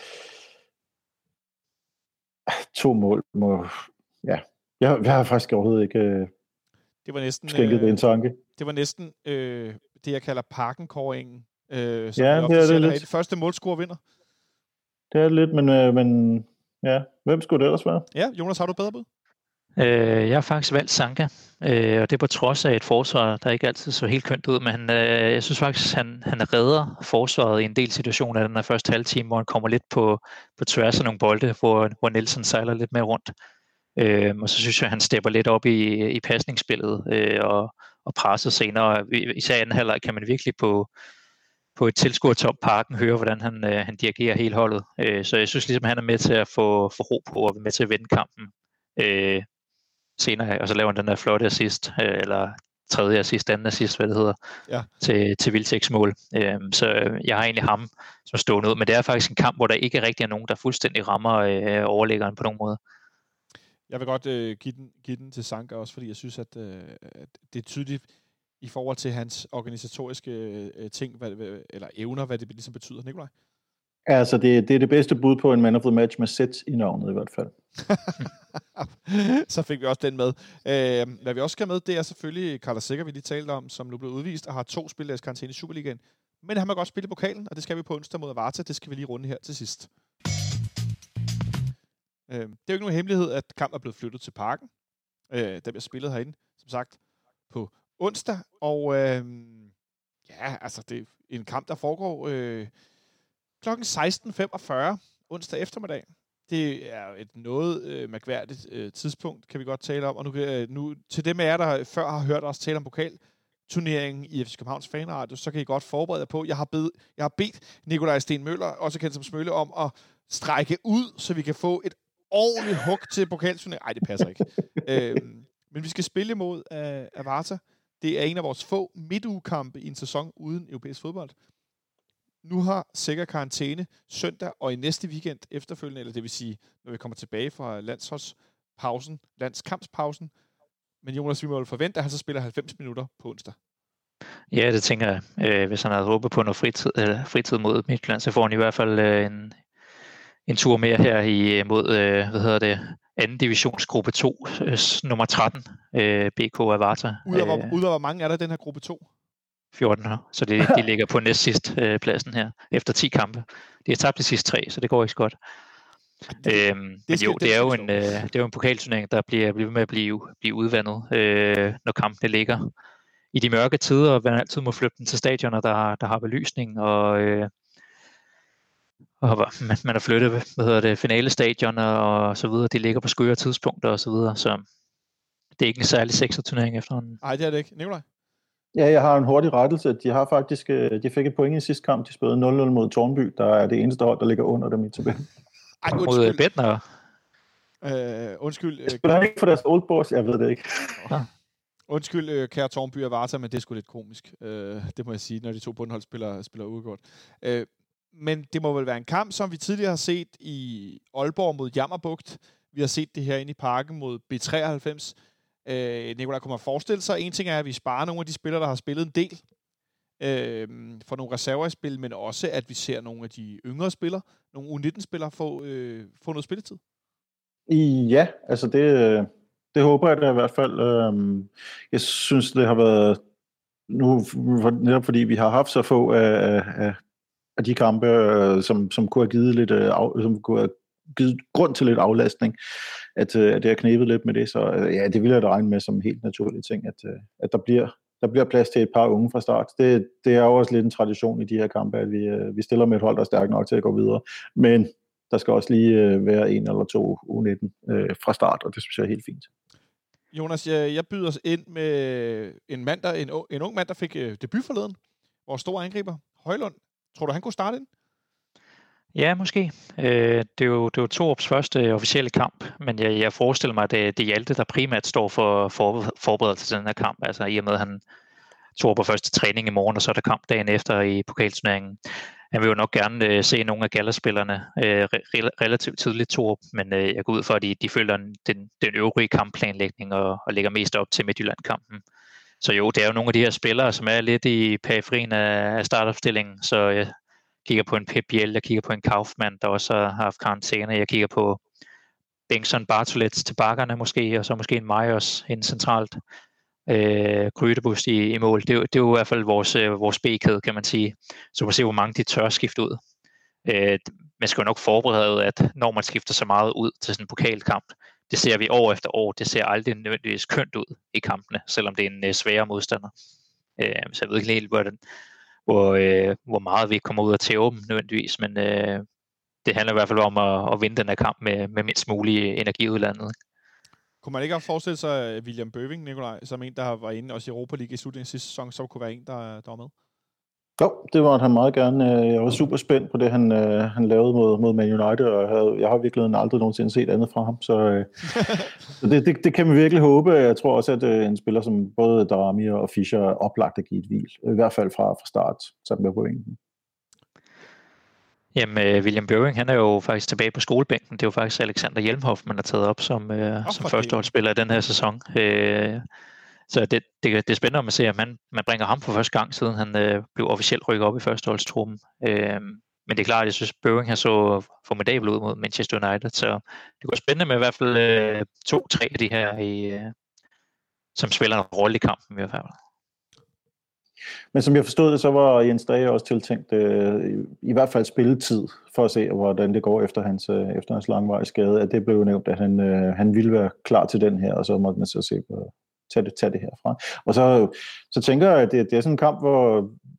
to mål. Må, ja, jeg, jeg har faktisk overhovedet ikke uh, det var næsten, skænket øh, det en tanke. Det var næsten øh, det, jeg kalder parkenkåringen, øh, som ja, det er det, det første målscorer vinder. Det er lidt, men, uh, men ja, hvem skulle det ellers være? Ja, Jonas, har du bedre bud? Øh, jeg har faktisk valgt Sanka, øh, og det er på trods af et forsvar, der ikke altid så helt kønt ud, men øh, jeg synes faktisk, han, han redder forsvaret i en del situationer af den her første halve time, hvor han kommer lidt på, på tværs af nogle bolde, hvor, hvor Nielsen sejler lidt mere rundt. Øh, og så synes jeg, han stepper lidt op i, i pasningsspillet øh, og, og presser senere. Især i anden halvleg kan man virkelig på, på et tilskuertop parken høre, hvordan han, øh, han dirigerer hele holdet. Øh, så jeg synes ligesom, han er med til at få, få ro på og med til at vinde kampen. Øh, senere, og så laver han den der flotte assist, øh, eller tredje assist, anden assist, hvad det hedder, ja. til, til Wilczeks mål. Øhm, så jeg har egentlig ham som stående ud, men det er faktisk en kamp, hvor der ikke rigtig er nogen, der fuldstændig rammer øh, overlæggeren på nogen måde. Jeg vil godt øh, give, den, give den til Sanka også, fordi jeg synes, at, øh, at det er tydeligt i forhold til hans organisatoriske øh, ting, hvad, hvad, eller evner, hvad det ligesom betyder. Nikolaj? Altså, det, det er det bedste bud på en man of the match med sæt i navnet i hvert fald. Så fik vi også den med. Øh, hvad vi også skal med, det er selvfølgelig Carlos Sikker, vi lige talte om, som nu blev udvist og har to spilledags karantæne i Superligaen. Men han må godt spille i pokalen, og det skal vi på onsdag mod Avarta. Det skal vi lige runde her til sidst. Øh, det er jo ikke nogen hemmelighed, at kampen er blevet flyttet til Parken. Øh, der bliver spillet herinde, som sagt, på onsdag. Og øh, ja, altså det er en kamp, der foregår øh, klokken seksten femogfyrre onsdag eftermiddag. Det er et noget øh, mærkværdigt øh, tidspunkt, kan vi godt tale om. Og nu, øh, nu til dem af jer, der før har hørt os tale om pokalturneringen i F C Københavns Fanradio, så kan I godt forberede jer på. Jeg har, bed, jeg har bedt Nikolaj Sten Møller, også kendt som Smølle, om at strække ud, så vi kan få et ordentligt hug til pokalturneringen. Ej, det passer ikke. øhm, men vi skal spille imod uh, Avarta. Det er en af vores få midtugekampe i en sæson uden europæisk fodbold. Nu har sikker karantæne søndag og i næste weekend efterfølgende, eller det vil sige, når vi kommer tilbage fra landsholdspausen, landskampspausen. Men Jonas, vi må jo forvente, at han så spiller halvfems minutter på onsdag. Ja, det tænker jeg. Øh, hvis han havde håbet på noget fritid, eller fritid mod Midtjylland, så får han i hvert fald øh, en, en tur mere her i, mod, øh, hvad hedder det, anden divisionsgruppe to, øh, nummer tretten, øh, B K Avarta. Ud af, hvor, øh, ud af hvor mange er der i den her gruppe to? fjorten her, så det, de ligger på næst sidst øh, pladsen her, efter ti kampe. De har tabt de sidste tre, så det går ikke så godt. Det, øhm, det, skal, jo, det, det, er jo en, øh, det er jo en pokalturnering, der bliver, bliver med at blive, blive udvandet, øh, når kampene ligger i de mørke tider, og man altid må flytte dem til stadioner, der, der har belysning, og, øh, og man, man har flyttet, hvad hedder det, finalestadioner og så videre, de ligger på skøre tidspunkter og så videre, så det er ikke en særlig sexet turnering efterhånden. Nej, det er det ikke. Nikolaj? Ja, jeg har en hurtig rettelse. De har faktisk, de fik et point i sidste kamp. De spillede nul nul mod Tårnby, der er det eneste hold, der ligger under dem i tabellen. Ej, undskyld. Mod Bettner? Øh, undskyld. Øh, spiller ikke for deres old boys? Jeg ved det ikke. Ja. Undskyld, øh, kære Tårnby og Varta, men det er sgu lidt komisk. Øh, det må jeg sige, når de to bundhold spiller, spiller uafgjort. Øh, men det må vel være en kamp, som vi tidligere har set i Aalborg mod Jammerbugt. Vi har set det her inde i parken mod B treoghalvfems. Øh, Nikolaj, kunne man forestille sig, en ting er, at vi sparer nogle af de spillere, der har spillet en del øh, for nogle reserver i spil, men også, at vi ser nogle af de yngre spillere, nogle U nitten-spillere, få, øh, få noget spilletid? Ja, altså det, det håber jeg da i hvert fald. Jeg synes, det har været nu, netop fordi vi har haft så få af, af, af de kampe, som, som kunne have givet lidt, som kunne have givet grund til lidt aflastning, at, at det har knebet lidt med det, så ja, det vil jeg da regne med som en helt naturlig ting, at, at der bliver der bliver plads til et par unge fra start. Det, det er jo også lidt en tradition i de her kampe, at vi, vi stiller med et hold, der er stærkt nok til at gå videre, men der skal også lige være en eller to U nitten øh, fra start, og det synes jeg er helt fint. Jonas, jeg, jeg byder os ind med en, mand, der, en, en ung mand, der fik øh, debut forleden, vores store angriber, Højlund. Tror du, han kunne starte ind? Ja, måske. Øh, det er jo, det er jo Torups første officielle kamp, men jeg, jeg forestiller mig, at det, det er Hjalte, der primært står for, for forberedelse til den her kamp. Altså i og med, at han tog på første træning i morgen, og så er der kamp dagen efter i pokalturneringen. Han vil jo nok gerne øh, se nogle af Gala-spillerne øh, re- relativt tidligt, Torup, men øh, jeg går ud fra, at de, de følger den, den øvrige kampplanlægning og, og lægger mest op til Midtjylland-kampen. Så jo, det er jo nogle af de her spillere, som er lidt i periferien af, af startopstillingen, så jeg kigger på en Pep Biel, jeg kigger på en Kaufmann, der også har haft karantæne, jeg kigger på Bengtsson, Bartolets til bakkerne måske, og så måske en Majers ind centralt. Øh, Grydebust i, i mål. Det, det er jo i hvert fald vores, øh, vores B-kæde, kan man sige. Så man ser, hvor mange de tør skifte ud. Øh, man skal jo nok forberede, at når man skifter så meget ud til sådan en pokalkamp, det ser vi år efter år, det ser aldrig nødvendigvis kønt ud i kampene, selvom det er en øh, sværere modstander. Øh, så jeg ved ikke helt, hvor, den, hvor, øh, hvor meget vi kommer ud af tæve dem nødvendigvis, men øh, det handler i hvert fald om at, at vinde den her kamp med, med mindst mulig energiudlandet. Kunne man ikke også forestille sig, at William Bøving, Nikolaj, som en, der var inde også i Europa League i slutningen af sidste sæson, så kunne være en, der, der var med? Jo, det var han meget gerne. Jeg var super spændt på det, han, han lavede mod, mod Man United, og jeg, havde, jeg har virkelig aldrig nogensinde set andet fra ham, så, så det, det, det kan vi virkelig håbe. Jeg tror også, at en spiller som både Darami og Fischer er oplagt at give et hvil, i hvert fald fra, fra start, sat med pointen. Jamen, William Bøving, han er jo faktisk tilbage på skolebænken. Det er jo faktisk Alexander Hjelmhoff, man har taget op som, øh, som førsteholdsspiller i den her sæson. Øh, så det, det, det er spændende at se, at man, man bringer ham for første gang, siden han øh, blev officielt rykket op i førsteholdstruppen. Øh, men det er klart, at jeg synes, Bøving har så formidabel ud mod Manchester United, så det går spændende med i hvert fald øh, to-tre af de her, i, øh, som spiller en rolle i kampen i hvert fald. Men som jeg forstod det, så var Jens Dage også tiltænkt øh, i hvert fald spilletid for at se, hvordan det går efter hans, øh, efter hans langvarige skade. At det blev nævnt, at han, øh, han ville være klar til den her, og så måtte man så se på, tage, det, tage det herfra. Og så, så tænker jeg, at det, det er sådan en kamp, hvor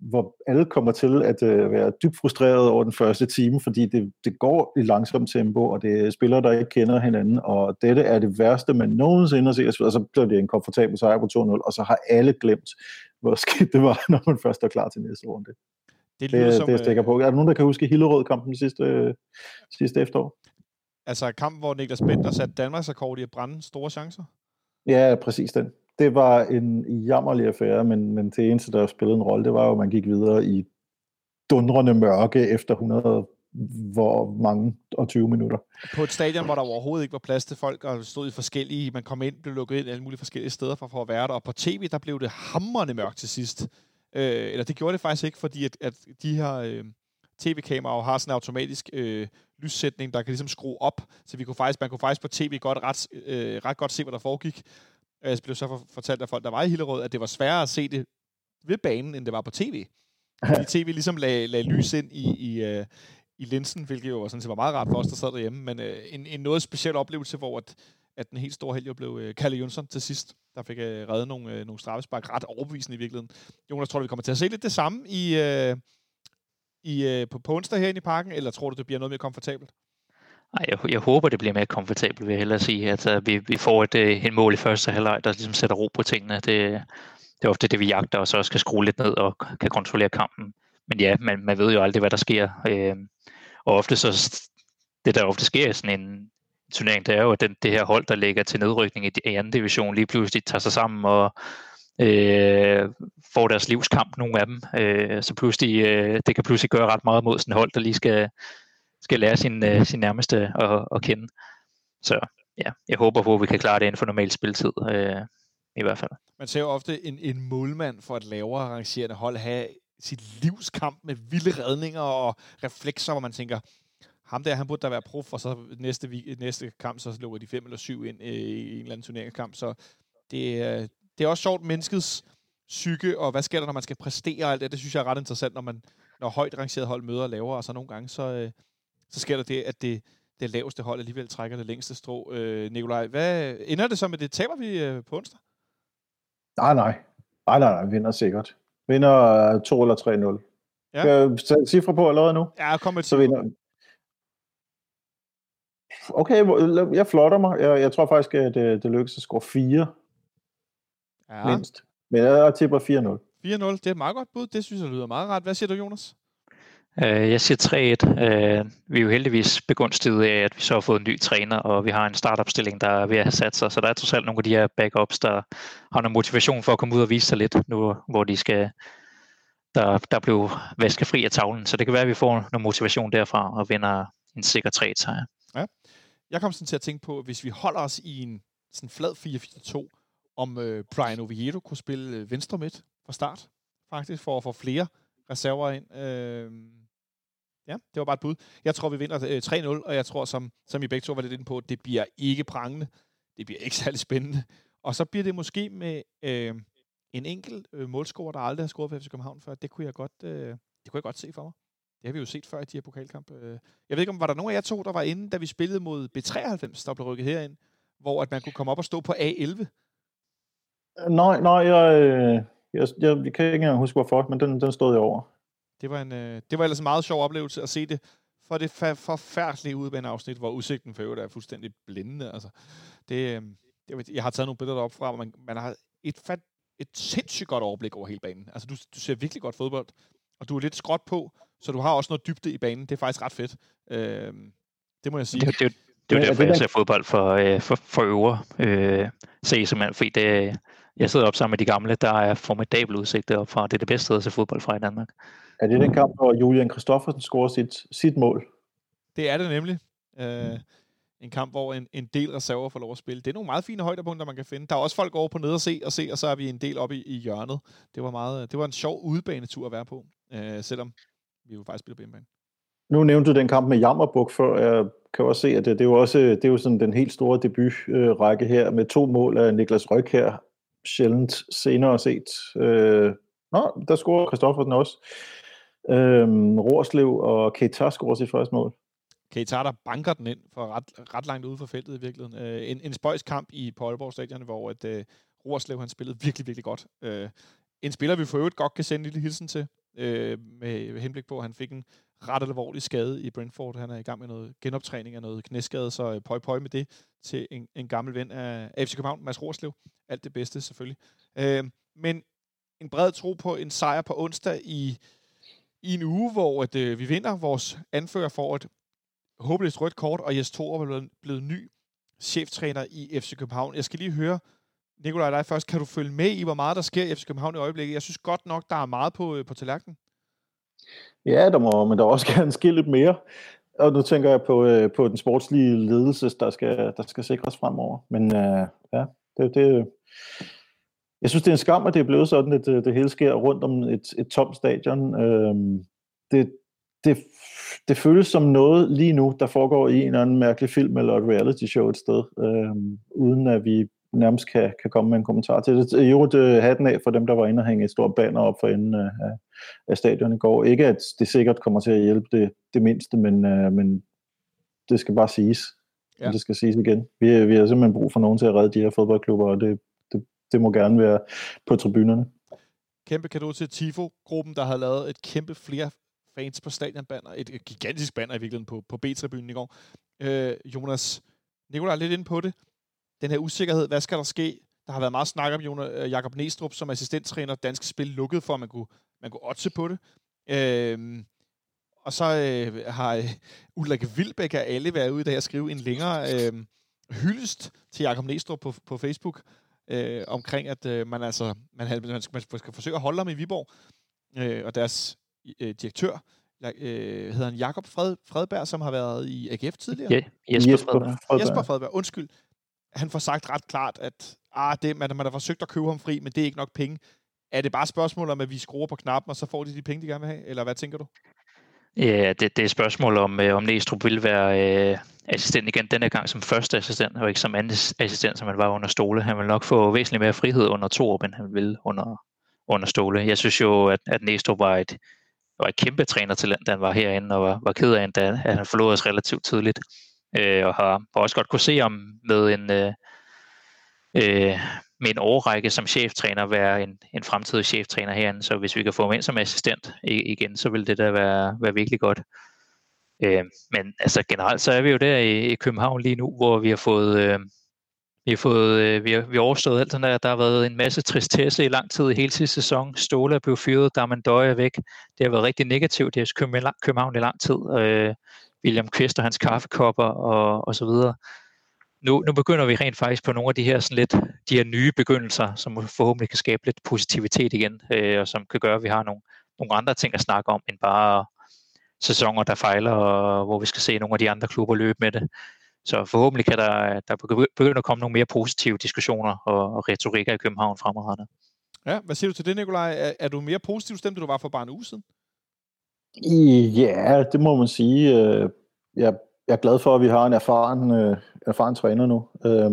hvor alle kommer til at øh, være dybt frustreret over den første time, fordi det, det går i langsomt tempo, og det er spillere, der ikke kender hinanden, og dette er det værste, man nogensinde har set, og så bliver det en komfortabel sejr på to nul, og så har alle glemt, hvor skidt det var, når man først er klar til næste runde. Det, det, som, det er jeg stikker på. Er der nogen, der kan huske Hillerød-kampen sidste, øh, sidste efterår? Altså kampen, hvor Niklas Bender satte Danmarks rekord i at brænde store chancer? Ja, præcis den. Det var en jammerlig affære, men, men det eneste, der spillede en rolle, det var jo, at man gik videre i dundrende mørke efter hundrede hvor mange og tyve minutter. På et stadion, hvor der overhovedet ikke var plads til folk, og stod i forskellige, man kom ind, blev lukket ind alle mulige forskellige steder for, for at være der, og på tv, der blev det hamrende mørkt til sidst. Øh, eller det gjorde det faktisk ikke, fordi at, at de her øh, tv-kameraer har sådan en automatisk øh, lyssætning, der kan ligesom skrue op, så vi kunne faktisk, man kunne faktisk på tv godt, ret, øh, ret godt se, hvad der foregik. Jeg blev så fortalt af folk, der var i Hillerød, at det var sværere at se det ved banen, end det var på tv. Fordi tv ligesom lagde, lagde lys ind i, i, uh, i linsen, hvilket jo sådan set var meget rart for os, der sad derhjemme. Men uh, en, en noget speciel oplevelse, hvor at, at den helt store held jo blev uh, Kalle Jønsson til sidst, der fik uh, reddet nogle, uh, nogle straffespark, ret overbevisende i virkeligheden. Jonas, tror du, vi kommer til at se lidt det samme i, uh, i, uh, på, på onsdag herinde i parken, eller tror du, det bliver noget mere komfortabelt? Ej, jeg, jeg håber, det bliver mere komfortabelt, vil jeg hellere sige. At uh, vi, vi får et, et mål i første halvleg, der ligesom sætter ro på tingene. Det, det er ofte det, vi jagter, og så også skal skrue lidt ned og kan kontrollere kampen. Men ja, man, man ved jo aldrig, hvad der sker. Øh, og ofte så, det der ofte sker i sådan en turnering, det er jo, at den, det her hold, der ligger til nedrykning i, i anden division, lige pludselig tager sig sammen og øh, får deres livskamp, nogle af dem. Øh, så pludselig, øh, det kan pludselig gøre ret meget mod sådan et hold, der lige skal skal lære sin, øh, sin nærmeste at, at kende. Så ja, jeg håber på, at vi kan klare det inden for normal spilletid, øh, i hvert fald. Man ser jo ofte en, en målmand for et lavere rangerende hold have sit livskamp med vilde redninger og reflekser, hvor man tænker, ham der, han burde da være prof, og så næste, næste kamp, så lukker de fem eller syv ind i en eller anden turneringskamp. Så det, øh, det er også sjovt, menneskets psyke, og hvad sker der, når man skal præstere og alt det. Det synes jeg er ret interessant, når man når højt rangeret hold møder lavere, og så nogle gange, så... Øh, så sker der det, at det, det laveste hold alligevel trækker det længste strå. Øh, Nikolaj, hvad ender det så med det? Taber vi øh, på onsdag? Nej, nej. Nej, nej, nej. Vinder sikkert. Vinder to eller tre nul. Ja. Skal jeg sætte cifre på allerede nu? Ja, kom med så vinder. Okay, jeg flotter mig. Jeg, jeg tror faktisk, at det, det lykkes at score fire. Ja. Mindst. Men jeg tipper fire nul. fire nul, det er et meget godt bud. Det synes jeg lyder meget rart. Hvad siger du, Jonas? Jeg siger tre et. Vi er jo heldigvis begunstiget af, at vi så har fået en ny træner, og vi har en startopstilling, der er ved at have sat sig. Så der er trods alt nogle af de her backups, der har noget motivation for at komme ud og vise sig lidt, nu hvor de skal, der, der blev vasket fri af tavlen. Så det kan være, at vi får noget motivation derfra og vinder en sikker tre et sejr. Ja. Jeg kom sådan til at tænke på, hvis vi holder os i en sådan flad fire fire to, om øh, Brian Oviedo kunne spille venstre midt fra start, faktisk, for at få flere reserver ind. Øh, ja, det var bare et bud. Jeg tror, vi vinder øh, tre nul, og jeg tror, som, som I begge to var lidt inde på, det bliver ikke prangende. Det bliver ikke særlig spændende. Og så bliver det måske med øh, en enkelt øh, målscorer, der aldrig har scoret for F C København før. Det kunne jeg godt, øh, det kunne jeg godt se for mig. Det har vi jo set før i de her pokalkampe. Jeg ved ikke, om var der nogen af jer to, der var inde, da vi spillede mod B treoghalvfems, der blev rykket herind, hvor at man kunne komme op og stå på A elleve? Nej, nej, jeg, jeg, jeg, jeg kan ikke engang huske, hvorfor, men den, den stod jeg over. Det var, en, det var ellers en meget sjov oplevelse at se det, for det forfærdelige udbaneafsnit, hvor udsigten for øvrigt er fuldstændig blændende. Altså, det, det, jeg har taget nogle billeder derop fra, hvor man, man har et, fat, et sindssygt godt overblik over hele banen. Altså, du, du ser virkelig godt fodbold, og du er lidt skråt på, så du har også noget dybde i banen. Det er faktisk ret fedt. Øh, det må jeg sige. Det, det, det er jo derfor, jeg ser fodbold for, øh, for, for øvre. Øh, se simpelthen, fordi det, jeg sidder op sammen med de gamle, der er formidabel udsigt deroppe fra. Det er det bedste sted at se fodbold fra i Danmark. Er det den kamp, hvor Julian Kristoffersen scorer sit, sit mål? Det er det nemlig. Øh, en kamp, hvor en, en del reserver får lov at spille. Det er nogle meget fine højdepunkter, man kan finde. Der er også folk over på ned og se, og se, og så er vi en del oppe i, i hjørnet. Det var, meget, det var en sjov udebanetur at være på, øh, selvom vi jo faktisk spiller på hjemmebane. Nu nævnte du den kamp med Jammerbuk før. Jeg kan også se, at det, det er jo også det er jo sådan den helt store debutrække her, med to mål af Niklas Røg her. Sjældent senere set. Øh, nå, der scorer Kristoffersen også. Øh, Roerslev og Keita scorer sit første mål. Keita, der banker den ind for ret, ret langt ude for feltet i virkeligheden. Øh, en, en spøjs kamp i på Aalborg Stadion, hvor et, øh, Roerslev han spillede virkelig, virkelig godt. Øh, en spiller, vi for øvrigt godt kan sende en lille hilsen til. øh, med henblik på, at han fik en ret alvorlig skade i Brentford. Han er i gang med noget genoptræning af noget knæskade, så pøj pøj med det til en, en gammel ven af F C København, Mads Rorslev. Alt det bedste, selvfølgelig. Øh, men en bred tro på en sejr på onsdag i, i en uge, hvor at, øh, vi vinder. Vores anfører får et håbløst rødt kort, og Jes Torup er blevet, blevet ny cheftræner i F C København. Jeg skal lige høre, Nikolaj, dig først. Kan du følge med i, hvor meget der sker i F C København i øjeblikket? Jeg synes godt nok, der er meget på, på tallerkenen. Ja, der må, men der også gerne ske lidt mere. Og nu tænker jeg på, øh, på den sportslige ledelse, der skal, der skal sikres fremover. Men øh, ja, det, det, jeg synes, det er en skam, at det er blevet sådan, at det, det hele sker rundt om et, et tomt stadion. Øh, det, det, det føles som noget lige nu, der foregår i en eller anden mærkelig film eller et reality show et sted, øh, uden at vi nærmest kan, kan komme med en kommentar til det. I øvrigt hatten af for dem, der var inde og hænge et stort banner op for enden af, af stadion i går. Ikke at det sikkert kommer til at hjælpe det, det mindste, men, uh, men det skal bare siges. Ja. Det skal siges igen. Vi, vi har simpelthen brug for nogen til at redde de her fodboldklubber, og det, det, det må gerne være på tribunerne. Kæmpe cadeau til Tifo-gruppen, der havde lavet et kæmpe flere fans på stadionbanner. Et, et gigantisk banner i virkeligheden på, på B-tribunen i går. Øh, Jonas, Nikolaj er lidt inde på det. Den her usikkerhed, hvad skal der ske? Der har været meget snak om Jonas, Jakob Næstrup som assistenttræner. Dansk Spil lukkede for, at man kunne, man kunne oddse på det. Øhm, og så øh, har øh, Ulrik Wilbæk af alle været ude i dag at skrive en længere øh, hyldest til Jakob Næstrup på, på Facebook øh, omkring, at øh, man, altså, man, man, skal, man skal forsøge at holde ham i Viborg. Øh, og deres øh, direktør, øh, hedder han Jakob Fred, Fredberg, som har været i A G F tidligere. Ja, Jesper, Jesper Fredberg. Jesper Fredberg, undskyld. Han får sagt ret klart, at ah, det, man, man har forsøgt at købe ham fri, men det er ikke nok penge. Er det bare et spørgsmål om, at vi skruer på knappen, og så får de de penge, de gerne vil have? Eller hvad tænker du? Ja, det, det er et spørgsmål om, om Næstrup vil være øh, assistent igen denne gang som første assistent, og ikke som anden assistent, som han var under Ståle. Han vil nok få væsentligt mere frihed under Torup, end han vil under, under Ståle. Jeg synes jo, at, at Næstrup var et, var et kæmpe trænertalent, da han var herinde, og var, var ked af, at han forlod os relativt tidligt. Øh, og har også godt kunne se om med en, øh, øh, med en årrække som cheftræner være en, en fremtidig cheftræner herinde. Så hvis vi kan få ham ind som assistent igen, så vil det da være, være virkelig godt. Øh, men altså generelt så er vi jo der i, i København lige nu, hvor vi har fået øh, vi har fået øh, vi har, vi har overstået alt sådan der. Der har været en masse tristesse i lang tid i hele sidste sæson. Ståle er blevet fyret, Darman Døje er væk. Det har været rigtig negativt. Det har København i lang tid. Øh, William Kvist og hans kaffekopper og, og så videre. Nu, nu begynder vi rent faktisk på nogle af de her, sådan lidt, de her nye begyndelser, som forhåbentlig kan skabe lidt positivitet igen, øh, og som kan gøre, at vi har nogle, nogle andre ting at snakke om, end bare sæsoner, der fejler, og hvor vi skal se nogle af de andre klubber løbe med det. Så forhåbentlig kan der, der begynde at komme nogle mere positive diskussioner og, og retorikker i København fremadrettet. Ja, hvad siger du til det, Nikolaj? Er, er du mere positiv stemt, end du var for bare en uge siden? Ja, det må man sige. Jeg, jeg er glad for, at vi har en erfaren, erfaren træner nu.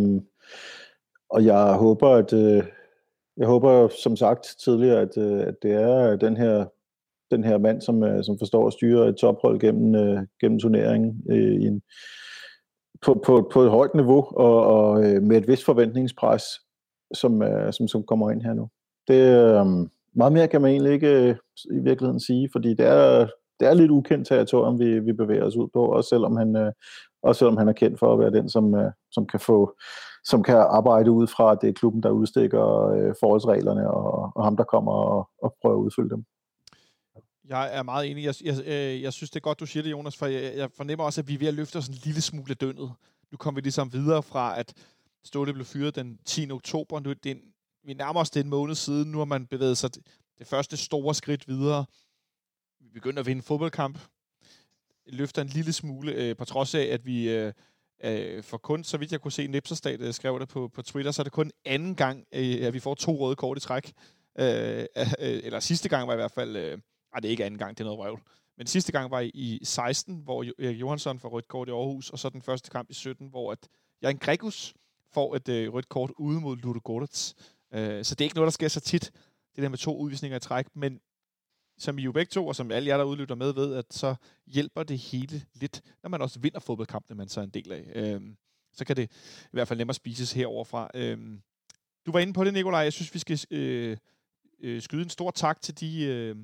Og jeg håber, at jeg håber, som sagt tidligere, at, at det er den her, den her mand, som, som forstår at styre et tophold gennem, gennem turneringen i en, på, på, på et højt niveau og, og med et vist forventningspres, som, som, som kommer ind her nu. Det meget mere kan man egentlig ikke i virkeligheden sige, fordi det er, det er lidt ukendt territorium, vi, vi bevæger os ud på, også selvom han, også selvom han er kendt for at være den, som, som kan få, som kan arbejde ud fra, at det er klubben, der udstikker forholdsreglerne, og, og ham, der kommer og, og prøver at udfylde dem. Jeg er meget enig. Jeg, jeg, jeg synes, det er godt, du siger det, Jonas, for jeg, jeg fornemmer også, at vi er ved at løfte os en lille smule dønnet. Nu kommer vi ligesom videre fra, at Ståle blev fyret den tiende oktober. Nu, det er en, vi nærmer os det en måned siden. Nu har man bevæget sig det første store skridt videre. Vi begynder at vinde en fodboldkamp. Løfter en lille smule, øh, på trods af, at vi øh, øh, for kun, så vidt jeg kunne se, Nipserstad øh, skrev det på, på Twitter, så er det kun anden gang, øh, at vi får to røde kort i træk. Øh, øh, eller sidste gang var i hvert fald... Øh, ej, det er ikke anden gang, det er noget røvl. Men sidste gang var i seksten, hvor Erik Johansson får rødt kort i Aarhus, og så den første kamp i sytten, hvor at Jan Gregus får et øh, rødt kort ude mod Ludogorets. Øh, så det er ikke noget, der sker så tit, det der med to udvisninger i træk, men som I jo begge to, og som alle jer, der udlytter med, ved, at så hjælper det hele lidt, når man også vinder fodboldkampene, man så er en del af. Øh, så kan det i hvert fald nemmere spises heroverfra. Øh, du var inde på det, Nikolaj. Jeg synes, vi skal øh, øh, skyde en stor tak til de... Øh,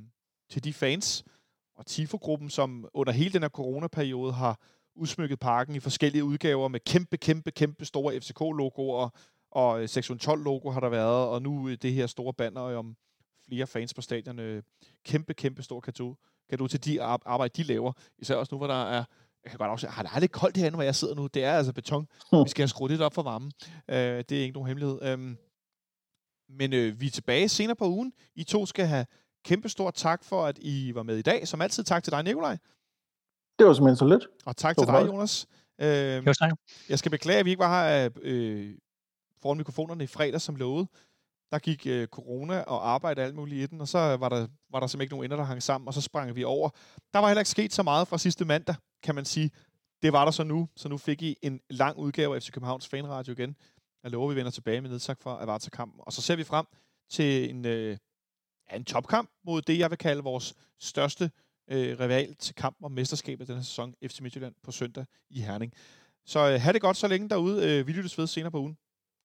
til de fans og Tifo-gruppen, som under hele den her coronaperiode har udsmykket parken i forskellige udgaver med kæmpe, kæmpe, kæmpe store F C K-logoer, og sektion tolv-logo har der været, og nu det her store banner om flere fans på stadion. Kæmpe, kæmpe stor kado, kado til de arbejde, de laver. Især også nu, hvor der er, jeg kan godt afsætte, har det lidt koldt herinde, hvor jeg sidder nu. Det er altså beton. Vi skal have skruet lidt op for varmen. Uh, det er ikke nogen hemmelighed. Um, men uh, vi er tilbage senere på ugen. I to skal have kæmpe stor tak for, at I var med i dag. Som altid, tak til dig, Nikolaj. Det var simpelthen så lidt. Og tak til dig, Jonas. Uh, jeg skal beklage, at vi ikke var her uh, foran mikrofonerne i fredag, som lovet. Der gik øh, corona og arbejde alt muligt i den, og så var der, var der simpelthen ikke nogen ender, der hang sammen, og så sprang vi over. Der var heller ikke sket så meget fra sidste mandag, kan man sige. Det var der så nu, så nu fik I en lang udgave af F C Københavns Fanradio igen. Jeg lover, vi vender tilbage med nedsagt for Avarta-kampen. Og så ser vi frem til en, øh, en topkamp mod det, jeg vil kalde vores største øh, rival til kamp om mesterskabet denne sæson, F C Midtjylland på søndag i Herning. Så øh, have det godt så længe derude. Øh, vi lyttes ved senere på ugen.